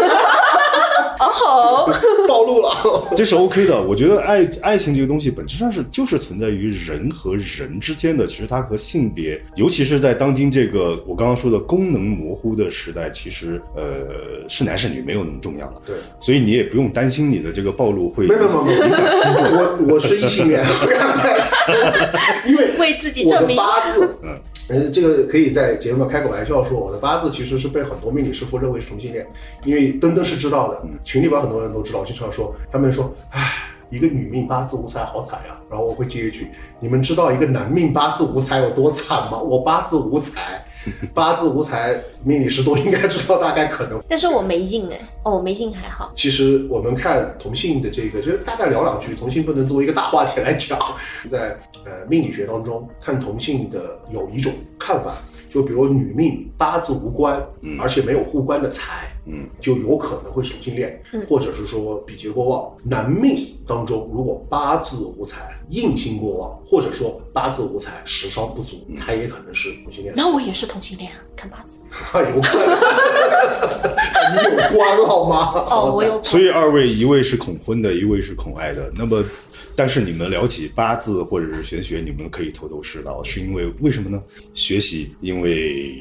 Speaker 1: 暴露了，
Speaker 3: 这是 OK 的。我觉得爱情这个东西本质上就是存在于人和人之间的，其实它和性别，尤其是在当今这个我刚刚说的功能模糊的时代，其实是男是女没有那么重要了。
Speaker 1: 对，所
Speaker 3: 以你也不用担心你的这个暴露会影响听
Speaker 1: 众。我是异性恋，因为
Speaker 4: 为自己证明
Speaker 1: 我的八字。这个可以在节目上开个玩笑说，我的八字其实是被很多命理师傅认为是同性恋，因为登登是知道的，群里边很多人都知道，我经常说，他们说，一个女命八字无财好惨呀，然后我会接一句，你们知道一个男命八字无财有多惨吗？我八字无财，八字无财，命理师都应该知道大概可能。
Speaker 4: 但是我没印我没印还好。
Speaker 1: 其实我们看同性的这个，就是大概聊两句，同性不能作为一个大话题来讲，在命理学当中看同性的有一种看法，就比如女命八字无官，而且没有护官的财，就有可能会是同性恋，或者是说比劫过旺。男命当中如果八字无财，印星过旺，或者说八字无财，时伤不足，他也可能是同性恋。
Speaker 4: 那我也是同性恋啊，看八字。
Speaker 1: 有可能。你有官好吗？
Speaker 4: 我有。
Speaker 3: 所以二位，一位是恐婚的，一位是恐爱的。那么但是你们聊起八字或者是玄学，你们可以头头是道，是因为为什么呢？学习，因为熟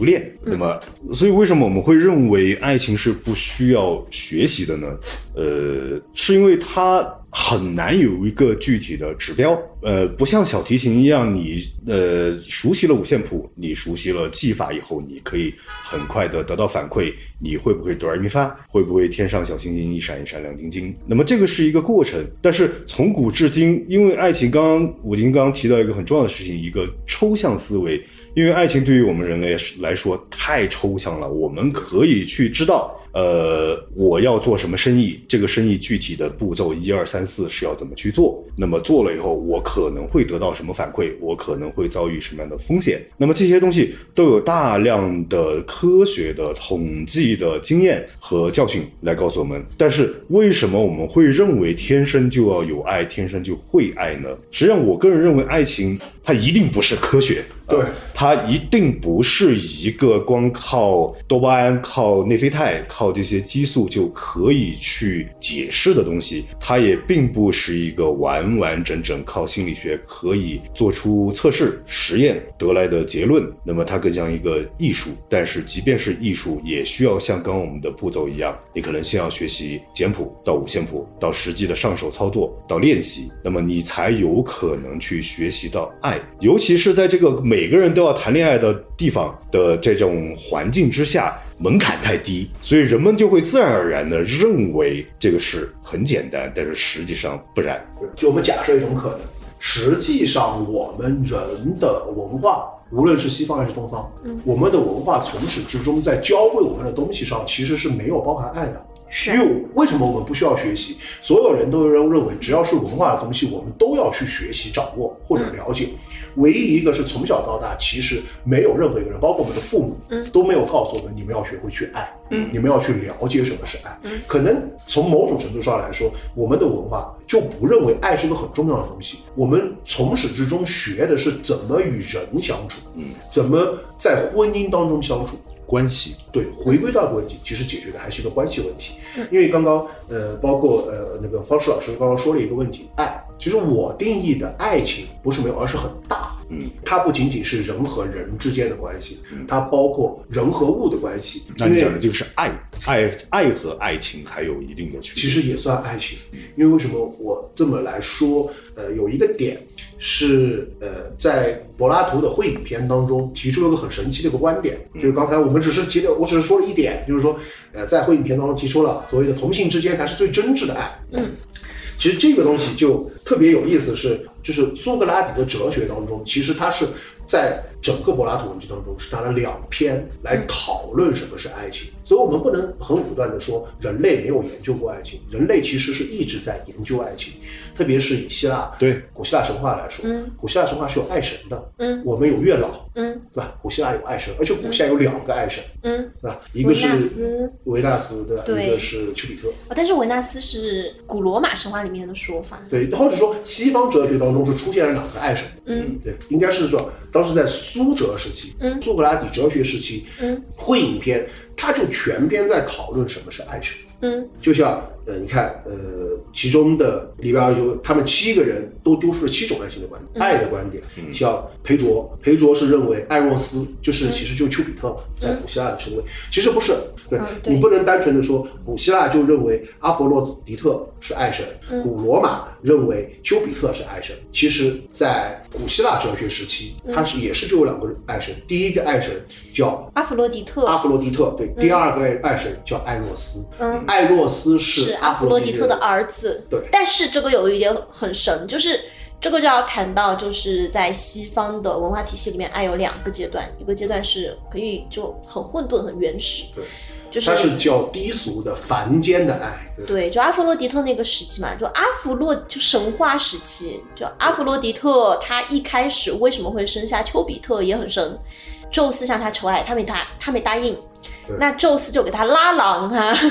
Speaker 3: 炼。那么，所以为什么我们会认为爱情是不需要学习的呢？是因为它很难有一个具体的指标。不像小提琴一样，你熟悉了五线谱，你熟悉了技法以后，你可以很快的得到反馈，你会不会哆来咪发，会不会天上小星星一闪一闪亮晶晶。那么这个是一个过程，但是从古至今，因为爱情，武金刚提到一个很重要的事情，一个抽象思维。因为爱情对于我们人类来说太抽象了，我们可以去知道我要做什么生意，这个生意具体的步骤1、2、3、4是要怎么去做，那么做了以后我可能会得到什么反馈，我可能会遭遇什么样的风险，那么这些东西都有大量的科学的统计的经验和教训来告诉我们。但是为什么我们会认为天生就要有爱，天生就会爱呢？实际上我个人认为爱情它一定不是科学，
Speaker 1: 对，
Speaker 3: 它一定不是一个光靠多巴胺、靠内啡肽、靠这些激素就可以去解释的东西，它也并不是一个完完整整靠心理学可以做出测试实验得来的结论。那么它更像一个艺术，但是即便是艺术，也需要像刚刚我们的步骤一样，你可能先要学习简谱到五线谱，到实际的上手操作，到练习，那么你才有可能去学习到爱。尤其是在这个每个人都要谈恋爱的地方的这种环境之下，门槛太低，所以人们就会自然而然地认为这个事很简单，但是实际上不然。
Speaker 1: 就我们假设一种可能，实际上我们人的文化，无论是西方还是东方，我们的文化从始至终在教会我们的东西上其实是没有包含爱的。因为为什么我们不需要学习？所有人都认为只要是文化的东西我们都要去学习掌握或者了解，唯一一个是从小到大其实没有任何一个人，包括我们的父母都没有告诉我们你们要学会去爱，你们要去了解什么是爱。可能从某种程度上来说，我们的文化就不认为爱是一个很重要的东西，我们从始至终学的是怎么与人相处，怎么在婚姻当中相处，
Speaker 3: 关系。
Speaker 1: 对，回归到问题，其实解决的还是一个关系问题。因为刚刚包括那个方式老师刚刚说了一个问题，爱，其实我定义的爱情不是没有，而是很大。它不仅仅是人和人之间的关系，它包括人和物的关系。
Speaker 3: 那你讲的这个是爱和爱情还有一定的区别。
Speaker 1: 其实也算爱情，因为为什么我这么来说？有一个点是在柏拉图的《会影片》当中提出了一个很神奇的一个观点，就是刚才我只是说了一点，就是说在《会影片》当中提出了所谓的同性之间才是最真挚的爱。其实这个东西就特别有意思，就是苏格拉底的哲学当中，其实他是在整个柏拉图文集当中是拿了2篇来讨论什么是爱情。所以我们不能很武断的说人类没有研究过爱情，人类其实是一直在研究爱情，特别是以希腊古希腊神话来说，古希腊神话是有爱神的，我们有月老，对吧？古希腊有爱神，而且古希腊有2个爱神，对吧？一个是维纳斯，对吧？一个是丘比特。
Speaker 4: 但是维纳斯是古罗马神话里面的说法，
Speaker 1: 对，或者说西方哲学当中是出现了2个爱神的，对，应该是说当时在苏哲时期，苏格拉底哲学时期，会影片他就全篇在讨论什么是爱神。就像你看其中的里边就他们7个人都丢出了7种爱情的观点，爱的观点。像裴卓是认为爱若斯其实就丘比特嘛，在古希腊的称谓，其实不是。对，你不能单纯的说古希腊就认为阿佛洛狄特是爱神，古罗马认为丘比特是爱神。其实在古希腊哲学时期，它也是就有2个爱神，第一个爱神叫
Speaker 4: 阿佛洛狄特，
Speaker 1: 对，第2个爱神叫艾若斯，艾若斯是
Speaker 4: 阿佛洛狄特的儿子。
Speaker 1: 对，
Speaker 4: 但是这个有一点很神，就是这个就要谈到，就是在西方的文化体系里面，爱有2个阶段，一个阶段是可以就很混沌、很原始，
Speaker 1: 对，它是叫低俗的凡间的爱。
Speaker 4: 对，就阿佛洛狄特那个时期嘛，就神话时期，就阿佛洛狄特他一开始为什么会生下丘比特也很神，宙斯向他求爱，他没答应。那宙斯就给他拉郎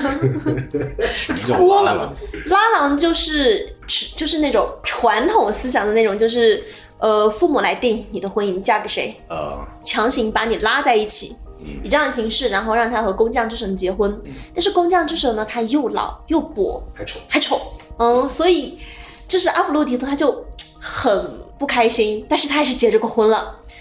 Speaker 4: 搓了。拉郎就是那种传统思想的那种，就是父母来定你的婚姻嫁给谁，强行把你拉在一起，以这样的形式，然后让他和工匠之神结婚。但是工匠之神呢，他又老又跛还丑，所以就是阿佛洛狄特他就很不开心，但是他还是结这个婚了。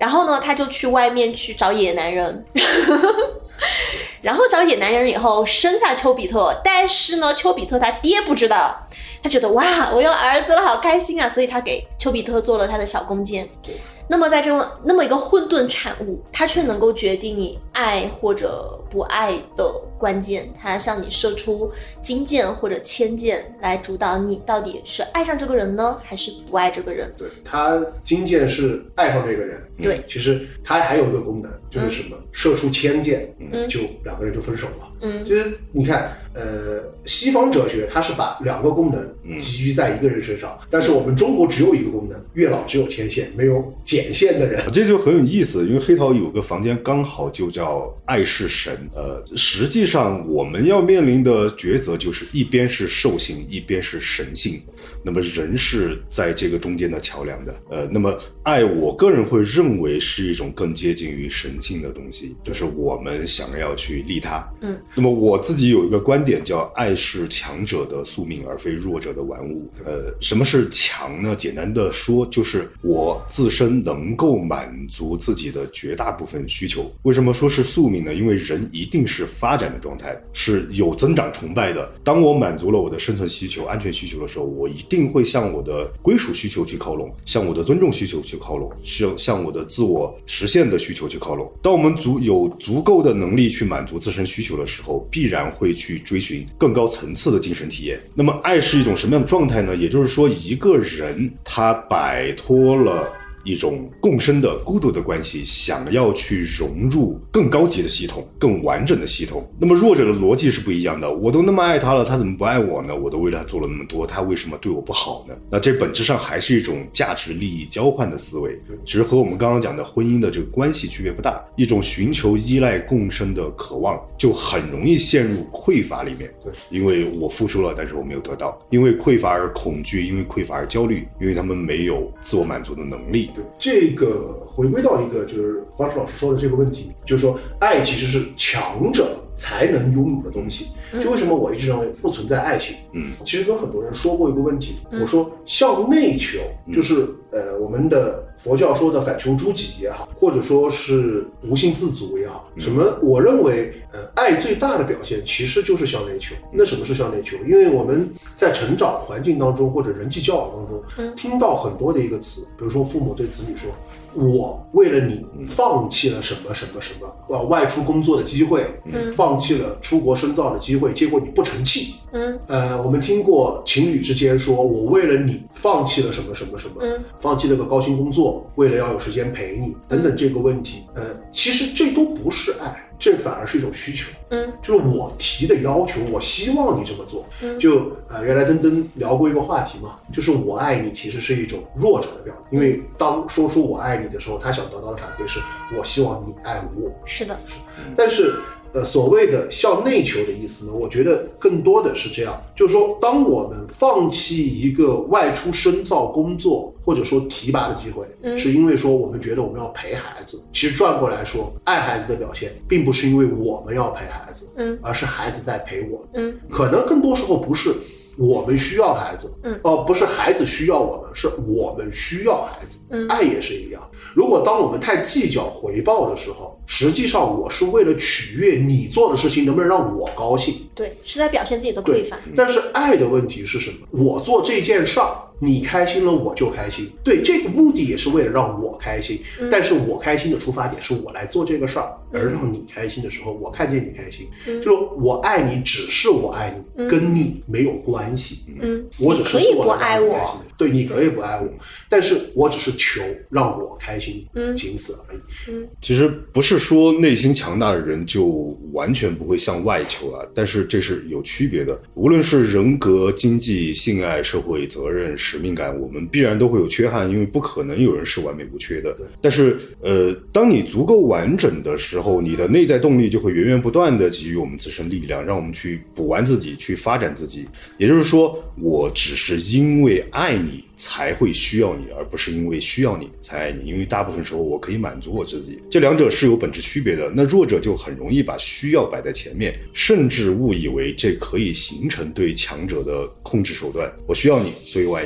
Speaker 4: 然后呢，他就去外面去找野男人。然后找野男人以后生下丘比特，但是呢，丘比特他爹不知道，他觉得哇，我有儿子了，好开心啊，所以他给丘比特做了他的小弓箭。那么在那么一个混沌产物，它却能够决定你爱或者不爱的关键，它向你射出金箭或者铅箭来主导你到底是爱上这个人呢，还是不爱这个人。
Speaker 1: 对，他金箭是爱上这个人，
Speaker 4: 对，
Speaker 1: 其实他还有一个功能，就是什么，射出铅箭，就两个人就分手了。其实你看，西方哲学它是把两个功能集于在一个人身上，但是我们中国只有一个功能，月老只有牵线没有剪线的人。
Speaker 3: 这就很有意思，因为黑桃有个房间刚好就叫爱是神。实际上我们要面临的抉择就是一边是兽性，一边是神性，那么人是在这个中间的桥梁的。那么爱，我个人会认为是一种更接近于神性的东西，就是我们想要去利他。那么我自己有一个观点叫爱是强者的宿命，而非弱者的玩物。什么是强呢？简单的说，就是我自身能够满足自己的绝大部分需求。为什么说是宿命呢？因为人一定是发展的状态，是有增长崇拜的。当我满足了我的生存需求、安全需求的时候，我一定会向我的归属需求去靠拢，向我的尊重需求去靠拢，向我的自我实现的需求去靠拢。当我们有足够的能力去满足自身需求的时候，必然会去追寻更高层次的精神体验。那么爱是一种什么样的状态呢？也就是说，一个人他摆脱了一种共生的孤独的关系，想要去融入更高级的系统，更完整的系统。那么弱者的逻辑是不一样的，我都那么爱他了，他怎么不爱我呢？我都为了他做了那么多，他为什么对我不好呢？那这本质上还是一种价值利益交换的思维，其实和我们刚刚讲的婚姻的这个关系区别不大。一种寻求依赖共生的渴望，就很容易陷入匮乏里面。因为我付出了，但是我没有得到，因为匮乏而恐惧，因为匮乏而焦虑，因为他们没有自我满足的能力。
Speaker 1: 对，这个回归到一个就是方式老师说的这个问题，就是说爱其实是强者才能拥有的东西。就为什么我一直认为不存在爱情？其实跟很多人说过一个问题，我说向内求，就是我们的佛教说的反求诸己也好，或者说是无性自足也好，什么我认为爱最大的表现其实就是向内求。那什么是向内求？因为我们在成长环境当中或者人际交往当中听到很多的一个词，比如说父母对子女说，我为了你放弃了什么什么什么，外出工作的机会，放弃了出国深造的机会，结果你不成器。我们听过情侣之间说，我为了你放弃了什么什么什么，放弃了个高薪工作，为了要有时间陪你等等这个问题。其实这都不是爱，这反而是一种需求。就是我提的要求，我希望你这么做。就原来登登聊过一个话题嘛，就是我爱你其实是一种弱者的表达，因为当说出我爱你的时候，他想得到的反馈是我希望你爱我。
Speaker 4: 是的，
Speaker 1: 但是所谓的向内求的意思呢，我觉得更多的是这样，就是说当我们放弃一个外出深造工作或者说提拔的机会，是因为说我们觉得我们要陪孩子。其实转过来说，爱孩子的表现并不是因为我们要陪孩子，而是孩子在陪我。可能更多时候不是我们需要孩子，不是孩子需要我们，是我们需要孩子。爱也是一样，如果当我们太计较回报的时候，实际上我是为了取悦你做的事情能不能让我高兴，
Speaker 4: 对，是在表现自己的匮乏。
Speaker 1: 但是爱的问题是什么？我做这件事儿，你开心了我就开心，对，这个目的也是为了让我开心，但是我开心的出发点是我来做这个事儿，而让你开心的时候，我看见你开心，就是我爱你只是我爱你，跟你没有关系。我只是做了让你开心的，对，你可以不爱我，但是我只是求让我开心，仅此而已。
Speaker 3: 其实不是说内心强大的人就完全不会向外求啊，但是这是有区别的。无论是人格、经济、性爱、社会责任、使命感，我们必然都会有缺憾，因为不可能有人是完美无缺的。但是当你足够完整的时候，你的内在动力就会源源不断的给予我们自身力量，让我们去补完自己，去发展自己。也就是说，我只是因为爱你才会需要你，而不是因为需要你才爱你，因为大部分时候我可以满足我自己。这两者是有本质区别的。那弱者就很容易把需要摆在前面，甚至误以为这可以形成对强者的控制手段。我需要你，所以我爱你。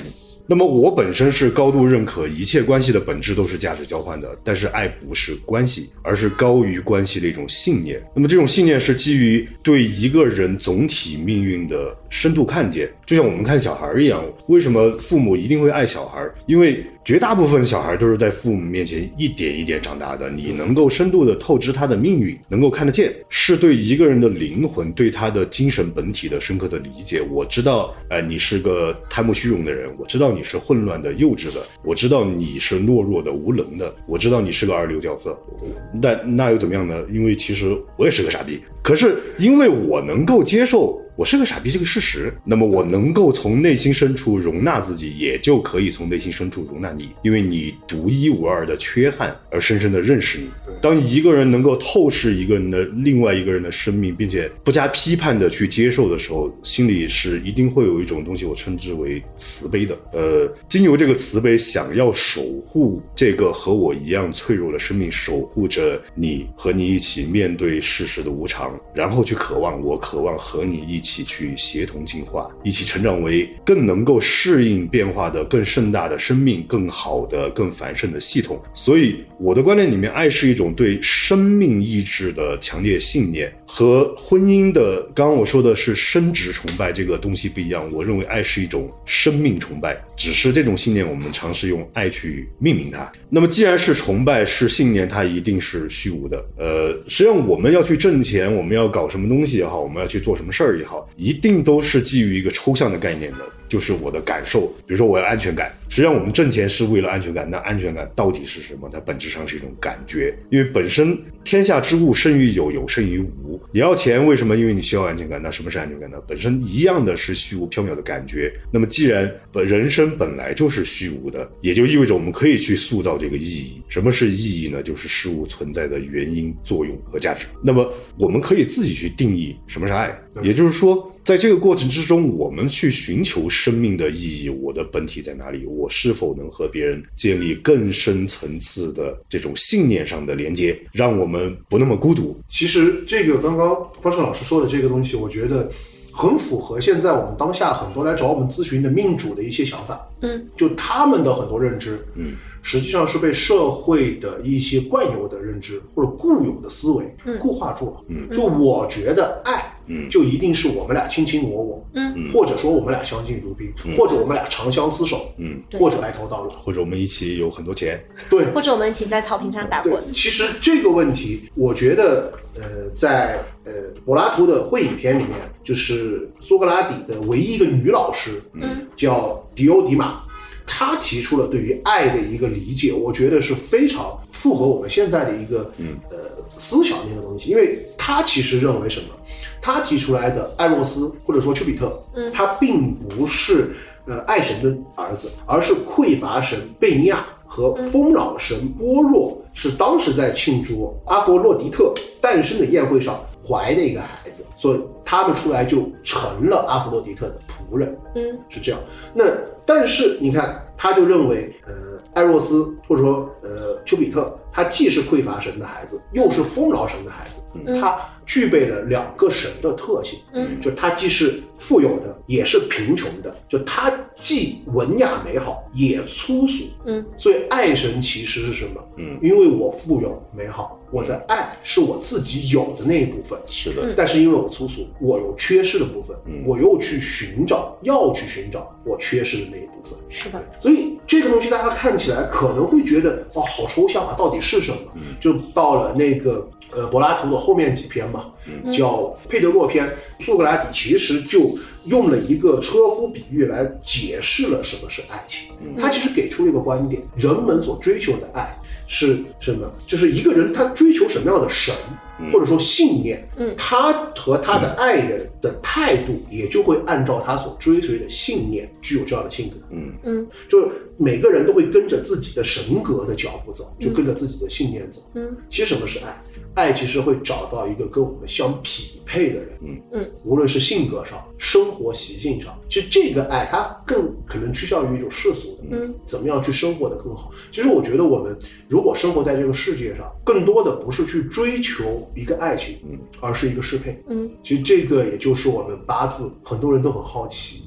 Speaker 3: 那么我本身是高度认可一切关系的本质都是价值交换的，但是爱不是关系，而是高于关系的一种信念。那么这种信念是基于对一个人总体命运的深度看见，就像我们看小孩一样，为什么父母一定会爱小孩？因为绝大部分小孩都是在父母面前一点一点长大的，你能够深度的透支他的命运，能够看得见，是对一个人的灵魂，对他的精神本体的深刻的理解。我知道你是个贪慕虚荣的人，我知道你是混乱的幼稚的，我知道你是懦弱的无能的，我知道你是个二流角色，那又怎么样呢？因为其实我也是个傻逼，可是因为我能够接受我是个傻逼这个事实，那么我能够从内心深处容纳自己，也就可以从内心深处容纳你，因为你独一无二的缺憾而深深的认识你。当一个人能够透视一个人的另外一个人的生命，并且不加批判的去接受的时候，心里是一定会有一种东西，我称之为慈悲的。经由这个慈悲，想要守护这个和我一样脆弱的生命，守护着你，和你一起面对事实的无常，然后去渴望，我渴望和你一起去协同进化，一起成长为更能够适应变化的更盛大的生命，更好的更繁盛的系统。所以我的观念里面，爱是一种对生命意志的强烈信念，和婚姻的刚刚我说的是生殖崇拜这个东西不一样。我认为爱是一种生命崇拜，只是这种信念我们尝试用爱去命名它。那么既然是崇拜是信念，它一定是虚无的。实际上我们要去挣钱，我们要搞什么东西也好，我们要去做什么事儿也好，一定都是基于一个抽象的概念的，就是我的感受。比如说我要安全感，实际上我们挣钱是为了安全感，那安全感到底是什么？它本质上是一种感觉，因为本身天下之物生于有，有生于无。你要钱为什么？因为你需要安全感。那什么是安全感呢？本身一样的是虚无缥缈的感觉。那么既然人生本来就是虚无的，也就意味着我们可以去塑造这个意义。什么是意义呢？就是事物存在的原因、作用和价值。那么我们可以自己去定义什么是爱，也就是说在这个过程之中，我们去寻求生命的意义，我的本体在哪里，我是否能和别人建立更深层次的这种信念上的连接，让我们不那么孤独。
Speaker 1: 其实这个刚刚方胜老师说的这个东西，我觉得很符合现在我们当下很多来找我们咨询的命主的一些想法。就他们的很多认知，实际上是被社会的一些惯有的认知或者固有的思维固化住了。就我觉得爱就一定是我们俩卿卿我我，或者说我们俩相敬如宾，或者我们俩长相厮守，或者白头到老，
Speaker 3: 或者我们一起有很多钱，
Speaker 1: 对，
Speaker 4: 或者我们一起在草坪上打滚。
Speaker 1: 其实这个问题，我觉得在柏拉图的会影片里面，就是苏格拉底的唯一一个女老师，叫迪欧迪玛，她提出了对于爱的一个理解，我觉得是非常符合我们现在的一个思想的一个东西。因为她其实认为什么？她提出来的艾洛斯或者说丘比特，他并不是爱神的儿子，而是匮乏神贝尼亚和丰饶神波若，是当时在庆祝阿佛洛狄特诞生的宴会上怀的一个孩子，所以他们出来就成了阿佛洛狄特的仆人，是这样。那但是你看，他就认为艾洛斯或者说丘比特，他既是匮乏神的孩子，又是丰饶神的孩子，他具备了两个神的特性，就他既是富有的，也是贫穷的，就他既文雅美好，也粗俗，所以爱神其实是什么？因为我富有美好，我的爱是我自己有的那一部分，
Speaker 3: 是的，
Speaker 1: 但是因为我粗俗，我有缺失的部分，我又去要去寻找我缺失的那一部分，
Speaker 4: 是的。
Speaker 1: 所以这个东西大家看起来可能会觉得好抽象啊，到底是什么？就到了那个柏拉图的后面几篇嘛，叫佩德洛篇，苏格拉底其实就用了一个车夫比喻来解释了什么是爱情。他其实给出了一个观点，人们所追求的爱是什么？就是一个人他追求什么样的神，或者说信念，他和他的爱人的态度也就会按照他所追随的信念具有这样的性格。就每个人都会跟着自己的神格的脚步走，就跟着自己的信念走。其实什么是爱？爱其实会找到一个跟我们相匹配的人，无论是性格上、生活习性上，其实这个爱它更可能趋向于一种世俗的，怎么样去生活的更好。其实我觉得我们如果生活在这个世界上，更多的不是去追求一个爱情，而是一个适配。其实这个也就是我们八字很多人都很好奇，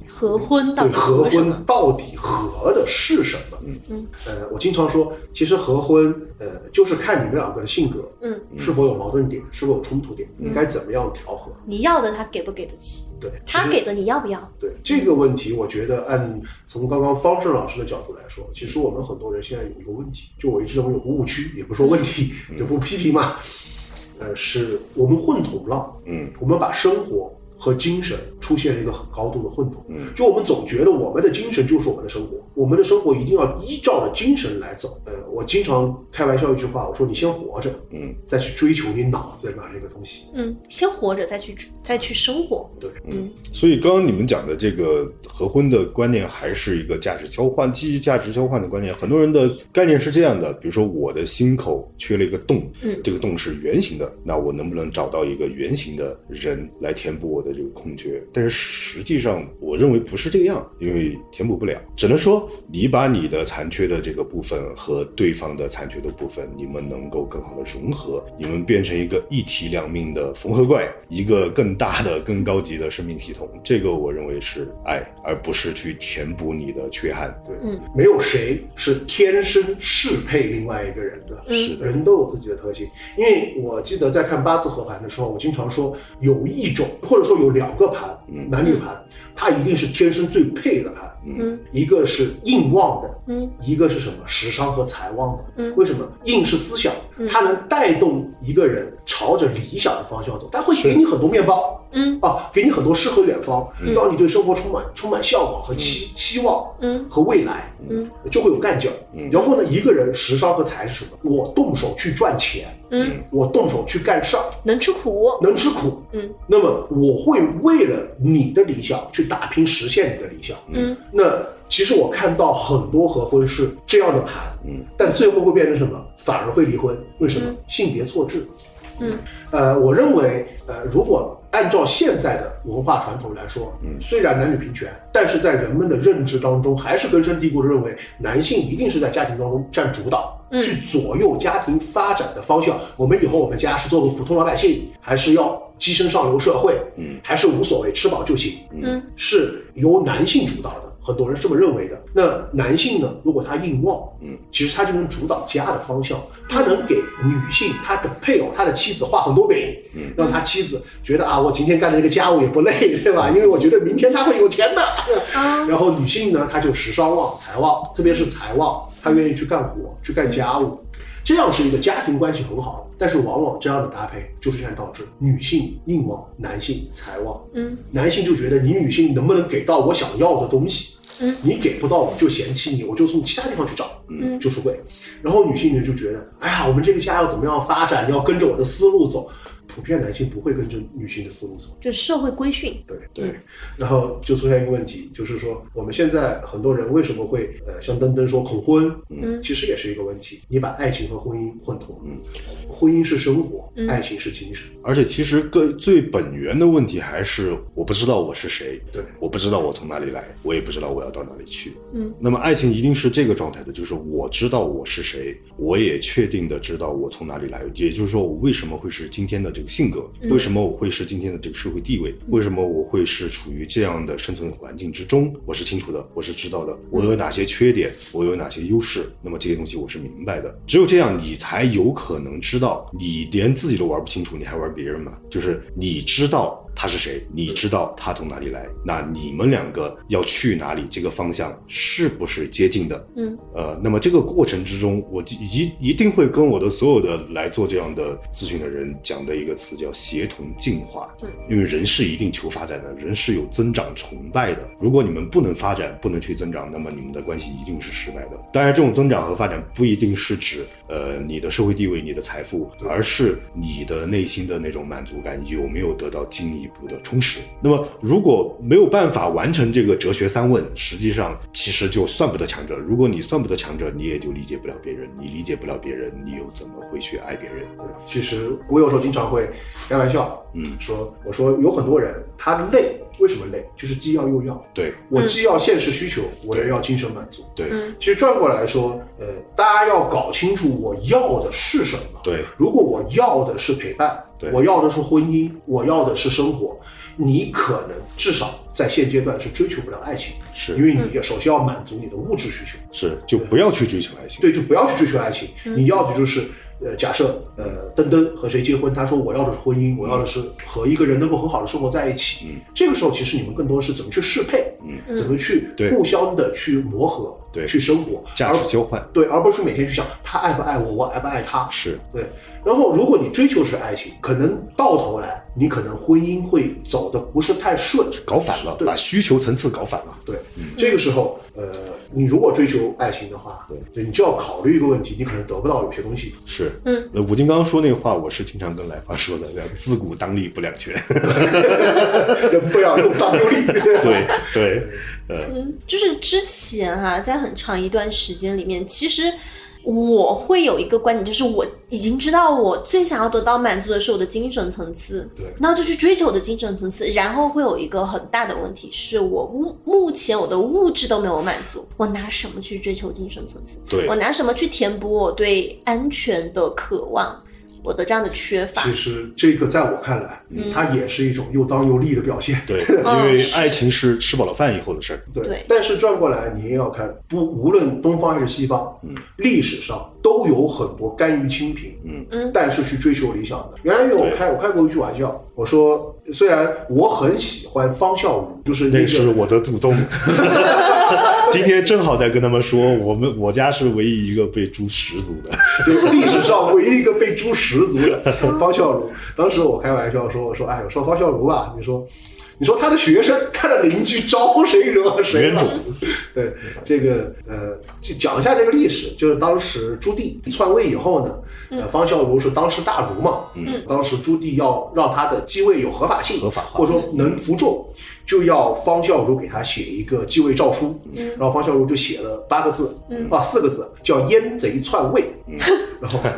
Speaker 4: 合婚到底
Speaker 1: 合婚到底合的是什么？我经常说，其实合婚就是看你们两个的性格，是否有矛盾点，是否有冲突点，该怎么样调和。
Speaker 4: 你要的他给不给得起？
Speaker 1: 对，
Speaker 4: 他给的你要不要？
Speaker 1: 对这个问题，我觉得从刚刚方正老师的角度来说，其实我们很多人现在有一个问题，就我一直认为有个误区，也不说问题，就不批评嘛。是我们混同了，我们把生活和精神出现了一个很高度的混同，就我们总觉得我们的精神就是我们的生活，我们的生活一定要依照着精神来走。我经常开玩笑一句话，我说你先活着，再去追求你脑子里面这个东西，
Speaker 4: 先活着再去生活。
Speaker 1: 对，
Speaker 3: 所以刚刚你们讲的这个合婚的观念还是一个价值交换，基于价值交换的观念。很多人的概念是这样的，比如说我的心口缺了一个洞，这个洞是圆形的，那我能不能找到一个圆形的人来填补我的这个空缺？但是实际上我认为不是这样，因为填补不了，只能说你把你的残缺的这个部分和对方的残缺的部分，你们能够更好的融合，你们变成一个一体两命的缝合怪，一个更大的更高级的生命系统。这个我认为是爱，而不是去填补你的缺憾。
Speaker 1: 对，没有谁是天生适配另外一个人的，
Speaker 3: 是的，
Speaker 1: 人都有自己的特性。因为我记得在看八字合盘的时候，我经常说有一种或者说有两个盘，男女盘，它一定是天生最配的盘，一个是印旺的，一个是什么食伤和财旺的。为什么？印是思想，它能带动一个人朝着理想的方向走，它会给你很多面包，给你很多诗和远方，让你对生活充满向往和期望，和未来，就会有干劲儿。然后呢，一个人食伤和财是什么？我动手去赚钱，我动手去干事儿，
Speaker 4: 能吃苦，
Speaker 1: 那么我会为了你的理想去打拼，实现你的理想。那其实我看到很多合婚是这样的盘，但最后会变成什么？反而会离婚。为什么？性别错置。我认为如果按照现在的文化传统来说，虽然男女平权，但是在人们的认知当中还是根深蒂固的认为男性一定是在家庭当中占主导，去左右家庭发展的方向。我们以后我们家是做个普通老百姓，还是要跻身上流社会，还是无所谓吃饱就行，是由男性主导的。很多人是这么认为的。那男性呢，如果他印旺，其实他就能主导家的方向，他能给女性他的配偶他的妻子画很多饼，让他妻子觉得我今天干的这个家务也不累，对吧？因为我觉得明天他会有钱的。然后女性呢，她就食伤旺财旺，特别是财旺，她愿意去干活去干家务，这样是一个家庭关系很好。但是往往这样的搭配就出现导致女性印旺，男性财旺。男性就觉得你女性能不能给到我想要的东西，你给不到我就嫌弃你，我就从其他地方去找，就出轨。然后女性呢就觉得我们这个家要怎么样发展，你要跟着我的思路走。普遍男性不会跟着女性的思路走，
Speaker 4: 就是社会规训。
Speaker 1: 对，然后就出现一个问题，就是说我们现在很多人为什么会像登登说恐婚，其实也是一个问题。你把爱情和婚姻混同，婚姻是生活，爱情是精神。
Speaker 3: 而且其实最本源的问题还是我不知道我是谁，
Speaker 1: 对，
Speaker 3: 我不知道我从哪里来，我也不知道我要到哪里去。那么爱情一定是这个状态的，就是我知道我是谁，我也确定的知道我从哪里来，也就是说我为什么会是今天的这个性格，为什么我会是今天的这个社会地位，为什么我会是处于这样的生存环境之中，我是清楚的，我是知道的，我有哪些缺点，我有哪些优势，那么这些东西我是明白的。只有这样你才有可能知道，你连自己都玩不清楚，你还玩别人吗？就是你知道他是谁，你知道他从哪里来，那你们两个要去哪里，这个方向是不是接近的？那么这个过程之中，我一定会跟我的所有的来做这样的咨询的人讲的一个词叫协同进化。因为人是一定求发展的，人是有增长崇拜的。如果你们不能发展，不能去增长，那么你们的关系一定是失败的。当然这种增长和发展不一定是指你的社会地位，你的财富，而是你的内心的那种满足感有没有得到进一步的充实。那么如果没有办法完成这个哲学三问，实际上其实就算不得强者。如果你算不得强者，你也就理解不了别人，你理解不了别人，你又怎么会去爱别人？
Speaker 1: 其实我有时候经常会开玩笑，我说有很多人他累，为什么累？就是既要又要。
Speaker 3: 对，
Speaker 1: 我既要现实需求，我也要精神满足。
Speaker 3: 对，
Speaker 1: 其实转过来说，大家要搞清楚我要的是什么。
Speaker 3: 对，
Speaker 1: 如果我要的是陪伴，我要的是婚姻，我要的是生活，你可能至少在现阶段是追求不了爱情，
Speaker 3: 是
Speaker 1: 因为你首先要满足你的物质需求，
Speaker 3: 是就不要去追求爱情，
Speaker 1: 对，就不要去追求爱情，你要的就是假设登登和谁结婚，他说我要的是婚姻，我要的是和一个人能够很好的生活在一起，这个时候其实你们更多的是怎么去适配，怎么去互相的去磨合，
Speaker 3: 对，
Speaker 1: 去生活，
Speaker 3: 价值交换，
Speaker 1: 对，而不是每天去想他爱不爱我，我爱不爱他，
Speaker 3: 是对。
Speaker 1: 然后如果你追求是爱情，可能到头来你可能婚姻会走的不是太顺，
Speaker 3: 搞反了，把需求层次搞反了。
Speaker 1: 对，这个时候你如果追求爱情的话，对，你就要考虑一个问题，你可能得不到有些东西。
Speaker 3: 是，武金刚刚说那话，我是经常跟来访说的，自古当立不两全，
Speaker 1: 人不要用当丢力。
Speaker 3: 对对，
Speaker 4: 就是之前在很长一段时间里面，其实我会有一个观点，就是我已经知道我最想要得到满足的是我的精神层次，
Speaker 1: 对，
Speaker 4: 然后就去追求我的精神层次，然后会有一个很大的问题是我目前我的物质都没有满足，我拿什么去追求精神层次？
Speaker 3: 对，
Speaker 4: 我拿什么去填补我对安全的渴望？我的这样的缺乏，
Speaker 1: 其实这个在我看来，它也是一种又当又立的表现。
Speaker 3: 对，因为爱情是吃饱了饭以后的事儿。
Speaker 1: 对，但是转过来你也要看，无论东方还是西方，历史上都有很多甘于清贫，但是去追求理想的。原来我开过一句玩笑，我说虽然我很喜欢方孝孺，就是
Speaker 3: 那是我的祖宗。今天正好在跟他们说，我家是唯一一个被诛十族的，
Speaker 1: 就历史上唯一一个被诛十族的方孝孺。当时我开玩笑说，我说方孝孺吧，你说他的学生，他的邻居招谁惹谁了？对，这个就讲一下这个历史，就是当时朱棣篡位以后呢，方孝孺是当时大儒嘛，当时朱棣要让他的继位有合法性，或者说能服众，就要方孝孺给他写一个继位诏书，然后方孝孺就写了4个字，叫阉贼篡位，然后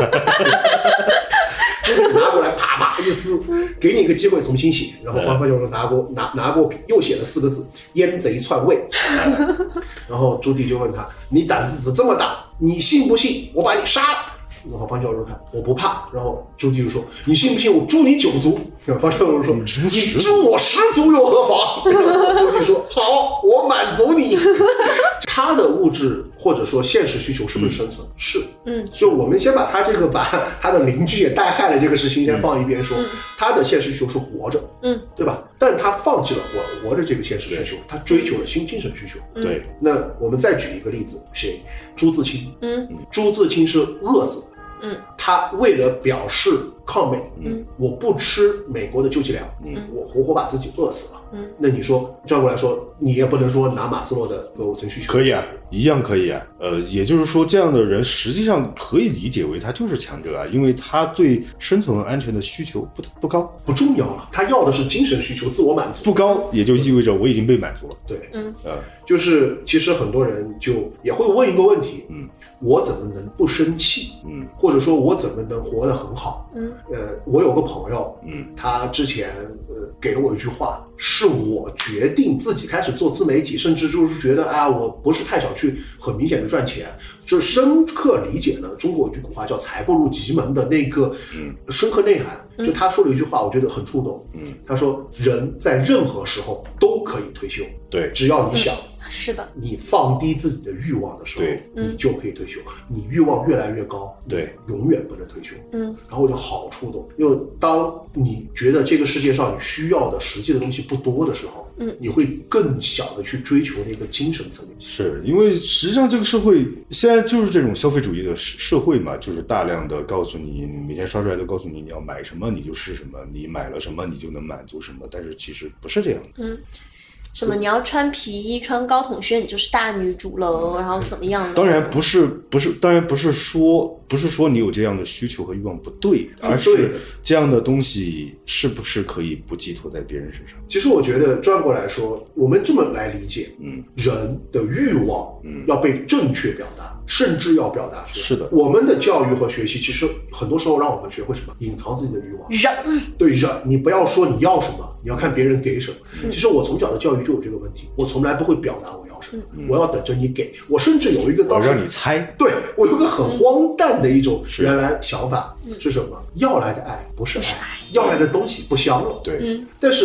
Speaker 1: 拿过来啪啪一撕，给你一个机会重新写，然后方孝孺拿过笔又写了4个字，阉贼篡位。然后朱棣就问他，你胆子这么大，你信不信我把你杀了？然后方孝孺看我不怕，然后朱棣就说，你信不信我诛你9族？方孝孺说，你诛我10族又何妨？朱棣说，好，我满足你。他的物质或者说现实需求是不是生存？是，就我们先把他这个把他的邻居也带害了这个事情先放一边说，他的现实需求是活着，对吧？但他放弃了活着这个现实需求，他追求了精神需求。对，那我们再举一个例子，谁？朱自清。朱自清是饿死的。他为了表示抗美，我不吃美国的救济粮，我活活把自己饿死了。那你说转过来说，你也不能说拿马斯洛的个5层需求。
Speaker 3: 可以啊，一样可以啊。也就是说，这样的人实际上可以理解为他就是强者啊，因为他对生存安全的需求不高，
Speaker 1: 不重要了。他要的是精神需求，自我满足。
Speaker 3: 不高，也就意味着我已经被满足了。
Speaker 1: 对，就是其实很多人就也会问一个问题，我怎么能不生气？或者说我怎么能活得很好？我有个朋友，他之前给了我一句话，是我决定自己开始做自媒体，甚至就是觉得我不是太想去很明显的赚钱，就深刻理解了中国有句古话叫财不入急门的那个深刻内涵。就他说了一句话，我觉得很触动。他说人在任何时候都可以退休，对，只要你想。
Speaker 4: 是的，
Speaker 1: 你放低自己的欲望的时候，你就可以退休。你欲望越来越高，对，永远不能退休。然后我就好触动，因为当你觉得这个世界上你需要的实际的东西不多的时候，你会更想的去追求那个精神层面。
Speaker 3: 是因为实际上这个社会现在就是这种消费主义的社会嘛，就是大量的告诉你，每天刷出来都告诉你你要买什么你就是什么，你买了什么你就能满足什么，但是其实不是这样的。
Speaker 4: 什么你要穿皮衣穿高筒靴你就是大女主了，然后怎么样的？
Speaker 3: 当然不是说你有这样的需求和欲望不对，而是这样的东西是不是可以不寄托在别人身上？
Speaker 1: 其实我觉得转过来说，我们这么来理解，人的欲望要被正确表达，甚至要表达出来。
Speaker 3: 是的，
Speaker 1: 我们的教育和学习其实很多时候让我们学会什么？隐藏自己的欲望，
Speaker 4: 忍。
Speaker 1: 对，忍。你不要说你要什么，你要看别人给什么。其实我从小的教育就有这个问题，我从来不会表达我要什么，我要等着你给我。甚至有一个当时
Speaker 3: 让你猜，
Speaker 1: 对，我有个很荒诞的一种原来想法是什么？要来的爱不是爱，要来的东西不香了。
Speaker 3: 对，
Speaker 1: 但是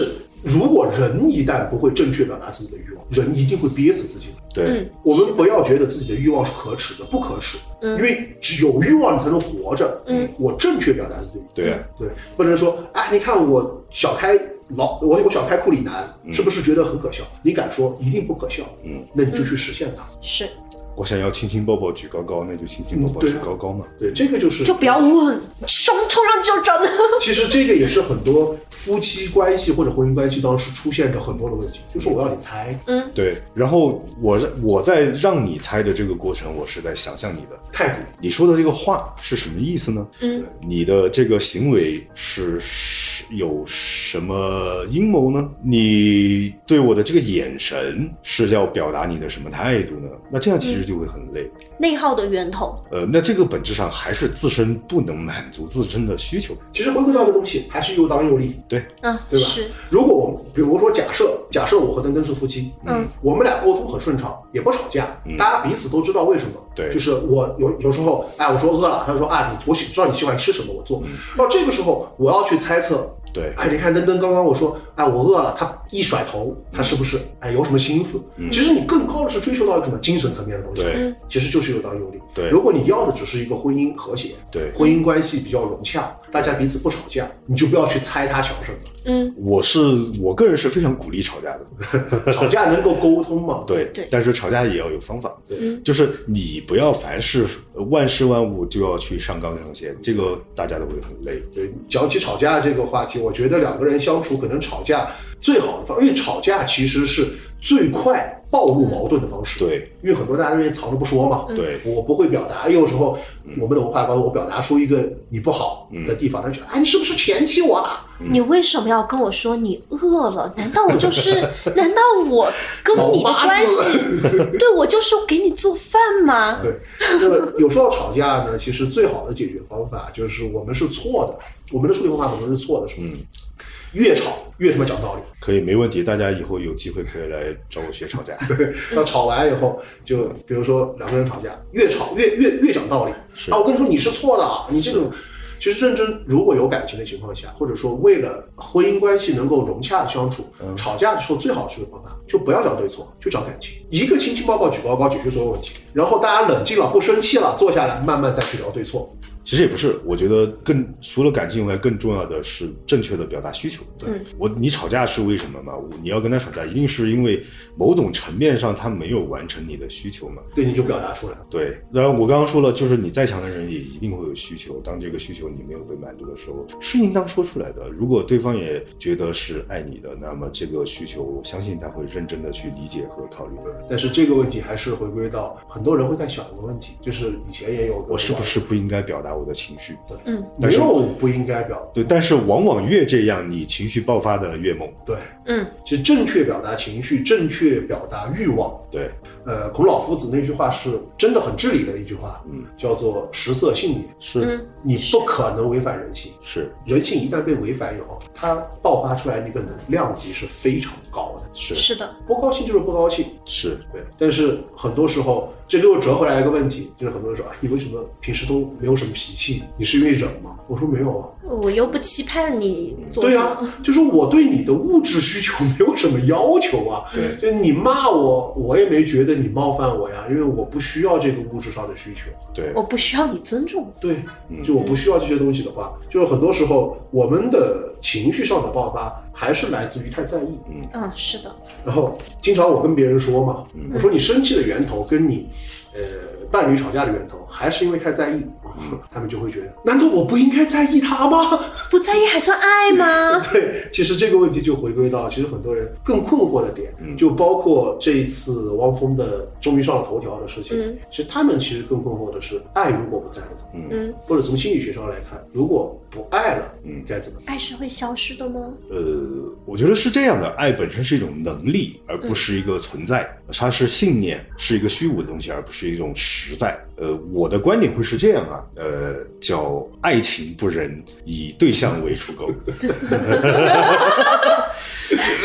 Speaker 1: 如果人一旦不会正确表达自己的欲望，人一定会憋死自己的。
Speaker 3: 对，
Speaker 1: 我们不要觉得自己的欲望是可耻的，不可耻，因为只有欲望你才能活着。我正确表达自己的欲望。对，不能说你看我小开库里南，是不是觉得很可笑？你敢说一定不可笑，那你就去实现它。
Speaker 4: 是。
Speaker 3: 我想要亲亲抱抱举高高，那就亲亲抱抱举高高嘛。
Speaker 1: 对，这个就
Speaker 4: 不要问，手冲上去就整。
Speaker 1: 其实这个也是很多夫妻关系或者婚姻关系当时出现的很多的问题，就是我要你猜。
Speaker 3: 对，然后我在让你猜的这个过程，我是在想象你的
Speaker 1: 态度，
Speaker 3: 你说的这个话是什么意思呢？你的这个行为是有什么阴谋呢？你对我的这个眼神是要表达你的什么态度呢？那这样其实就会很累。
Speaker 4: 内耗的源头。
Speaker 3: 那这个本质上还是自身不能满足自身的需求。
Speaker 1: 其实回归到一个东西，还是又当又立。
Speaker 3: 对，
Speaker 1: 对吧？
Speaker 4: 是。
Speaker 1: 如果比如说假设我和登登是夫妻，我们俩沟通很顺畅，也不吵架，大家彼此都知道为什么。
Speaker 3: 对，
Speaker 1: 就是我有时候，我说饿了，他说我知道你喜欢吃什么，我做。到这个时候，我要去猜测。
Speaker 3: 对，
Speaker 1: 你看登登刚刚我说，我饿了，他一甩头，他是不是有什么心思？其实你更高的是追求到一种精神层面的东西，其实就是有当有理。
Speaker 3: 对，
Speaker 1: 如果你要的只是一个婚姻和谐，
Speaker 3: 对，
Speaker 1: 婚姻关系比较融洽，大家彼此不吵架，你就不要去猜他想什么。
Speaker 3: 我个人是非常鼓励吵架的，
Speaker 1: 吵架能够沟通嘛？
Speaker 3: 对，但是吵架也要有方法。对，就是你不要凡事万事万物就要去上纲上线，这个大家都会很累。
Speaker 1: 对，讲起吵架这个话题，我觉得两个人相处可能吵架最好的方式，因为吵架其实是最快暴露矛盾的方式。
Speaker 3: 对，
Speaker 1: 因为很多大家在那边藏着不说嘛。
Speaker 3: 对，我
Speaker 1: 不会表达，有时候我们的文化告诉我表达出一个你不好的地方，他觉得你是不是嫌弃我了？
Speaker 4: 你为什么要跟我说你饿了？难道我跟你的关系对我就是给你做饭吗？
Speaker 1: 对，那么有时候吵架呢，其实最好的解决方法就是我们是错的，我们的处理方法可能是错的，是越吵越他妈讲道理。
Speaker 3: 可以，没问题，大家以后有机会可以来找我学吵架。
Speaker 1: 对，那吵完以后，就比如说两个人吵架，越吵越讲道理。我跟你说你是错的，你这个。其实认真，如果有感情的情况下，或者说为了婚姻关系能够融洽的相处，吵架的时候最好的处理方法就不要讲对错，就讲感情，一个亲亲抱抱举高高解决所有问题，然后大家冷静了，不生气了，坐下来慢慢再去聊对错。
Speaker 3: 其实也不是，我觉得除了感情以外，更重要的是正确的表达需求。你吵架是为什么嘛？你要跟他吵架，一定是因为某种层面上他没有完成你的需求嘛？
Speaker 1: 对，你就表达出来。
Speaker 3: 对，然后我刚刚说了，就是你再强的人也一定会有需求，当这个需求你没有被满足的时候，是应当说出来的。如果对方也觉得是爱你的，那么这个需求，我相信他会认真的去理解和考虑的。
Speaker 1: 但是这个问题还是回归到很多人会在想一个问题，就是以前也有个
Speaker 3: 我是不是不应该表达我的情绪？
Speaker 1: 没有不应该表达。
Speaker 3: 对，但是往往越这样，你情绪爆发的越猛。
Speaker 1: 对，其实正确表达情绪，正确表达欲望。
Speaker 3: 对，
Speaker 1: 孔老夫子那句话是真的很至理的一句话，叫做食色性也。
Speaker 3: 是，
Speaker 1: 你不可能违反人性。
Speaker 3: 是，
Speaker 1: 人性一旦被违反以后，它爆发出来那个能量级是非常高的。
Speaker 4: 是的，
Speaker 1: 不高兴就是不高兴。
Speaker 3: 是，对。
Speaker 1: 但是很多时候，这给我折回来一个问题，就是很多人说你为什么平时都没有什么脾气？你是因为忍吗？我说没有啊，
Speaker 4: 我又不期盼你做。
Speaker 1: 对啊，就是我对你的物质需求没有什么要求啊。
Speaker 3: 对，
Speaker 1: 就你骂我，我也没觉得你冒犯我呀，因为我不需要这个物质上的需求。
Speaker 3: 对，
Speaker 4: 我不需要你尊重。
Speaker 1: 对，就我不需要这些东西的话，就是很多时候我们的情绪上的爆发还是来自于太在意。
Speaker 4: 是的。
Speaker 1: 然后经常我跟别人说嘛，我说你生气的源头跟你伴侣吵架的源头还是因为太在意，他们就会觉得难道我不应该在意他吗？
Speaker 4: 不在意还算爱吗？
Speaker 1: 对，其实这个问题就回归到其实很多人更困惑的点，就包括这一次汪峰的终于上了头条的事情，其实他们其实更困惑的是爱如果不在了怎么或者从心理学上来看，如果不爱了该怎么
Speaker 4: 爱是会消失的吗？
Speaker 3: 我觉得是这样的，爱本身是一种能力而不是一个存在，它是信念，是一个虚无的东西而不是一种实在。我的观点会是这样啊，叫爱情不仁，以对象为刍狗。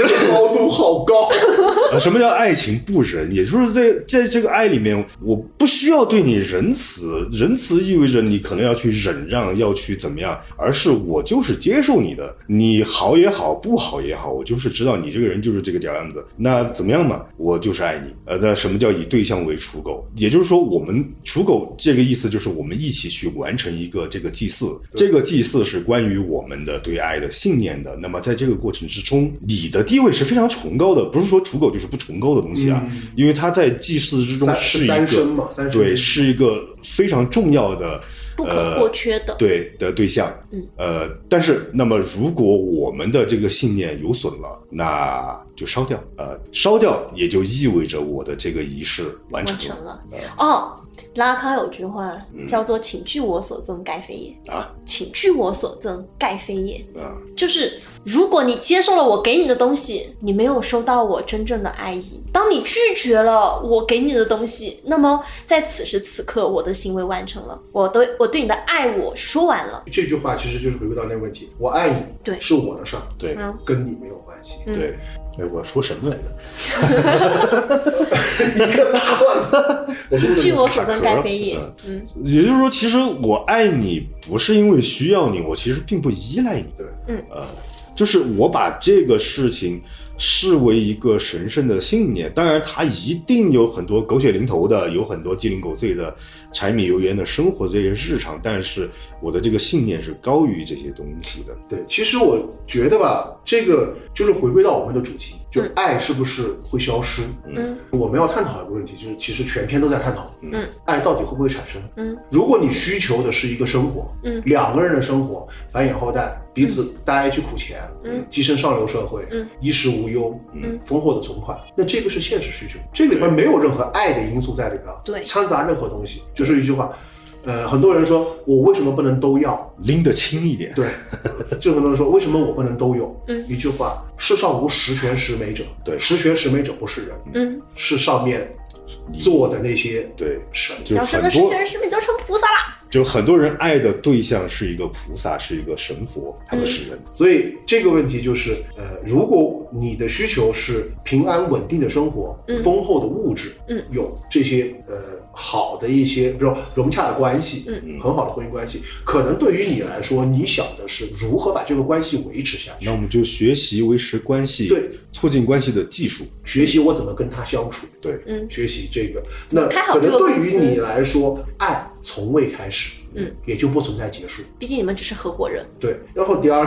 Speaker 1: 这个高度好高。
Speaker 3: 什么叫爱情不仁？也就是在这个爱里面，我不需要对你仁慈，仁慈意味着你可能要去忍让，要去怎么样，而是我就是接受你的，你好也好，不好也好，我就是知道你这个人就是这个屌样子，那怎么样嘛，我就是爱你。那什么叫以对象为刍狗？也就是说，我们刍狗这个意思就是我们一起去完成一个这个祭祀，这个祭祀是关于我们的对爱的信念的。那么在这个过程之中，你的地位是非常崇高的，不是说刍狗就是不崇高的东西啊，因为它在祭祀之中是一个
Speaker 1: 三生嘛，
Speaker 3: 对，是一个非常重要的。
Speaker 4: 不可或缺的，
Speaker 3: 对的对象，但是那么如果我们的这个信念有损了，那就烧掉，烧掉也就意味着我的这个仪式完成了。
Speaker 4: 拉康有句话叫做请据我所赠盖非也请据我所赠盖非也就是如果你接受了我给你的东西，你没有收到我真正的爱意，当你拒绝了我给你的东西，那么在此时此刻我的行为完成了，我对你的爱我说完了。
Speaker 1: 这句话其实就是回归到那个问题，我爱你
Speaker 4: 对
Speaker 1: 是我的事儿，
Speaker 3: 对，
Speaker 1: 跟你没有关系。
Speaker 3: 对，我说什么来着？
Speaker 1: 一个大段子，
Speaker 4: 请据我所赠盖非也。
Speaker 3: 也就是说，其实我爱你不是因为需要你，我其实并不依赖你。
Speaker 1: 对，
Speaker 3: 就是我把这个事情视为一个神圣的信念，当然它一定有很多狗血淋头的，有很多鸡零狗碎的柴米油盐的生活这些日常，但是我的这个信念是高于这些东西的。
Speaker 1: 对，其实我觉得吧，这个就是回归到我们的主题，就爱是不是会消失？我们要探讨一个问题，就是其实全篇都在探讨，爱到底会不会产生？如果你需求的是一个生活，两个人的生活，繁衍后代，彼此大家一起苦钱，跻身上流社会，衣食无忧，丰厚的存款，那这个是现实需求，这里边没有任何爱的因素在里边，
Speaker 4: 对，
Speaker 1: 掺杂任何东西，就是一句话。很多人说我为什么不能都要，
Speaker 3: 拎得轻一点？
Speaker 1: 对，就很多人说为什么我不能都有？一句话，世上无十全十美者，
Speaker 3: 对，
Speaker 1: 十全十美者不是人，是上面做的那些
Speaker 3: 对
Speaker 1: 神，
Speaker 4: 要真的十全十美就成菩萨啦。
Speaker 3: 就很多人爱的对象是一个菩萨，是一个神佛，他不是人。
Speaker 1: 所以这个问题就是，如果你的需求是平安稳定的生活，丰厚的物质，有这些好的一些，比如说融洽的关系，很好的婚姻关系，可能对于你来说，你想的是如何把这个关系维持下去。
Speaker 3: 那我们就学习维持关系，
Speaker 1: 对，
Speaker 3: 促进关系的技术，
Speaker 1: 学习我怎么跟他相处，
Speaker 3: 对，
Speaker 1: 学习这个。那可能对于你来说，爱从未开始，也就不存在结束。
Speaker 4: 毕竟你们只是合伙人。
Speaker 1: 对，然后第二，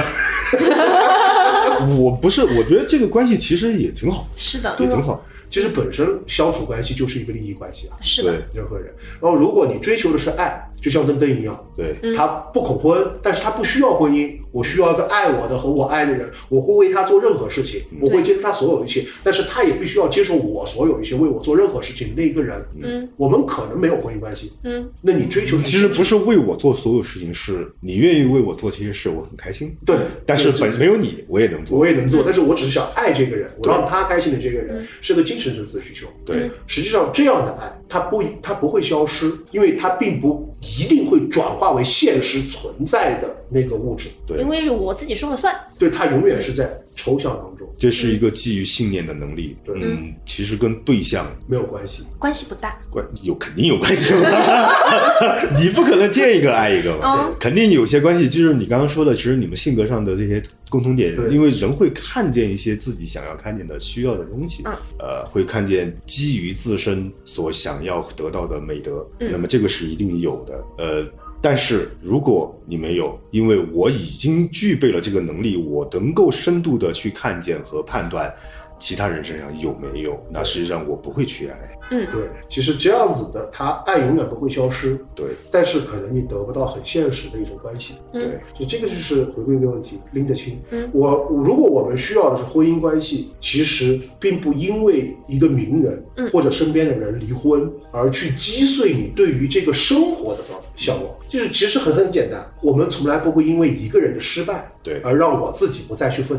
Speaker 3: 我觉得这个关系其实也挺好，
Speaker 4: 是的，
Speaker 3: 也挺好。
Speaker 1: 其实本身相处关系就是一个利益关系啊，
Speaker 4: 是的，
Speaker 1: 任何人。然后如果你追求的是爱，就像登登一样，
Speaker 3: 对，
Speaker 1: 他不恐婚，但是他不需要婚姻，我需要一个爱我的和我爱的人，我会为他做任何事情，我会接受他所有一切，但是他也必须要接受我所有一切，为我做任何事情的那一个人。我们可能没有婚姻关系，那你追求的
Speaker 3: 其实不是为我做所有事情，是你愿意为我做这些事，我很开心。
Speaker 1: 对，
Speaker 3: 但是没有你，我也能做，
Speaker 1: 但是我只是想爱这个人，我让他开心的这个人是个精神层次的需求。
Speaker 3: 对，
Speaker 1: 实际上这样的爱，它不会消失，因为它并不一定会转化为现实存在的那个物质。
Speaker 3: 对，
Speaker 4: 因为是我自己说了算。
Speaker 1: 对，它永远是在抽象当中。
Speaker 3: 这是一个基于信念的能力。其实跟对象
Speaker 1: 没有关系，
Speaker 4: 关系不大。
Speaker 3: 肯定有关系。你不可能见一个爱一个嘛，肯定有些关系。就是你刚刚说的，其实你们性格上的这些共同点，因为人会看见一些自己想要看见的、需要的东西，会看见基于自身所想要得到的美德，那么这个是一定有的。但是如果你没有，因为我已经具备了这个能力，我能够深度的去看见和判断其他人身上有没有，那实际上我不会去爱。
Speaker 1: 对，其实这样子的，他爱永远不会消失。
Speaker 3: 对，
Speaker 1: 但是可能你得不到很现实的一种关系。
Speaker 3: 对，
Speaker 1: 所以这个就是回归一个问题，拎得清。如果我们需要的是婚姻关系，其实并不因为一个名人或者身边的人离婚而去击碎你对于这个生活的向往。就是其实很简单，我们从来不会因为一个人的失败，
Speaker 3: 对，
Speaker 1: 而让我自己不再去奋斗。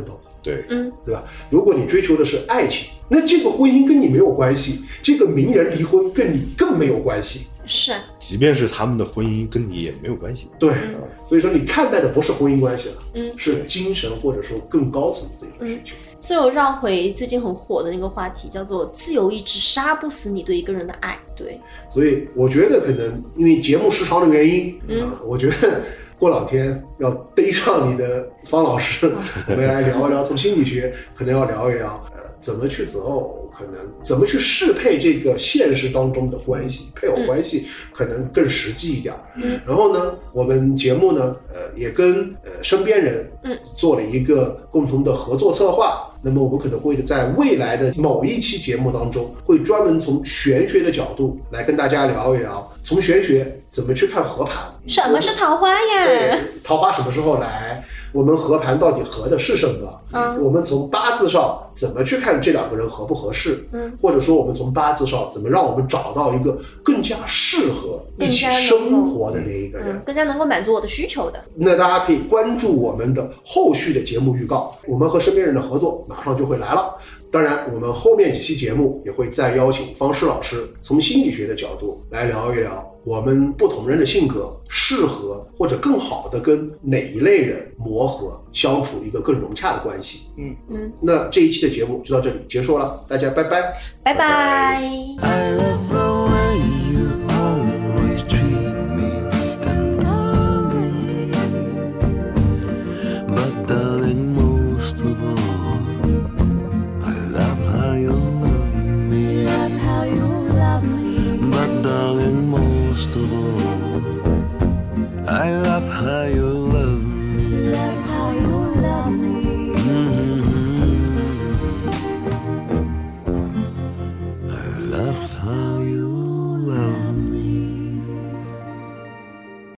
Speaker 3: 对，
Speaker 1: 对吧？如果你追求的是爱情，那这个婚姻跟你没有关系，这个名人离婚跟你更没有关系。
Speaker 4: 是，
Speaker 3: 即便是他们的婚姻跟你也没有关系。
Speaker 1: 对，所以说你看待的不是婚姻关系了，是精神或者说更高层次的一个需求。
Speaker 4: 所以我绕回最近很火的那个话题，叫做自由意志杀不死你对一个人的爱。对，
Speaker 1: 所以我觉得可能因为节目时长的原因，我觉得过两天要逮上你的方老师，我们来聊一聊从心理学，可能要聊一聊怎么去择偶，可能怎么去适配这个现实当中的关系，配偶关系可能更实际一点。然后呢，我们节目呢，也跟身边人做了一个共同的合作策划。那么我们可能会在未来的某一期节目当中，会专门从玄学的角度来跟大家聊一聊，从玄学怎么去看合盘。
Speaker 4: 什么是桃花呀？
Speaker 1: 对，桃花什么时候来？我们合盘到底合的是什么？我们从八字上怎么去看这两个人合不合适？或者说我们从八字上怎么让我们找到一个更加适合一起生活的那一个人，
Speaker 4: 更加能够满足我的需求的。
Speaker 1: 那大家可以关注我们的后续的节目预告，我们和身边人的合作马上就会来了。当然我们后面几期节目也会再邀请方诗老师从心理学的角度来聊一聊我们不同人的性格适合或者更好的跟哪一类人磨合相处一个更融洽的关系。那这一期的节目就到这里结束了，大家拜拜，
Speaker 4: 拜拜。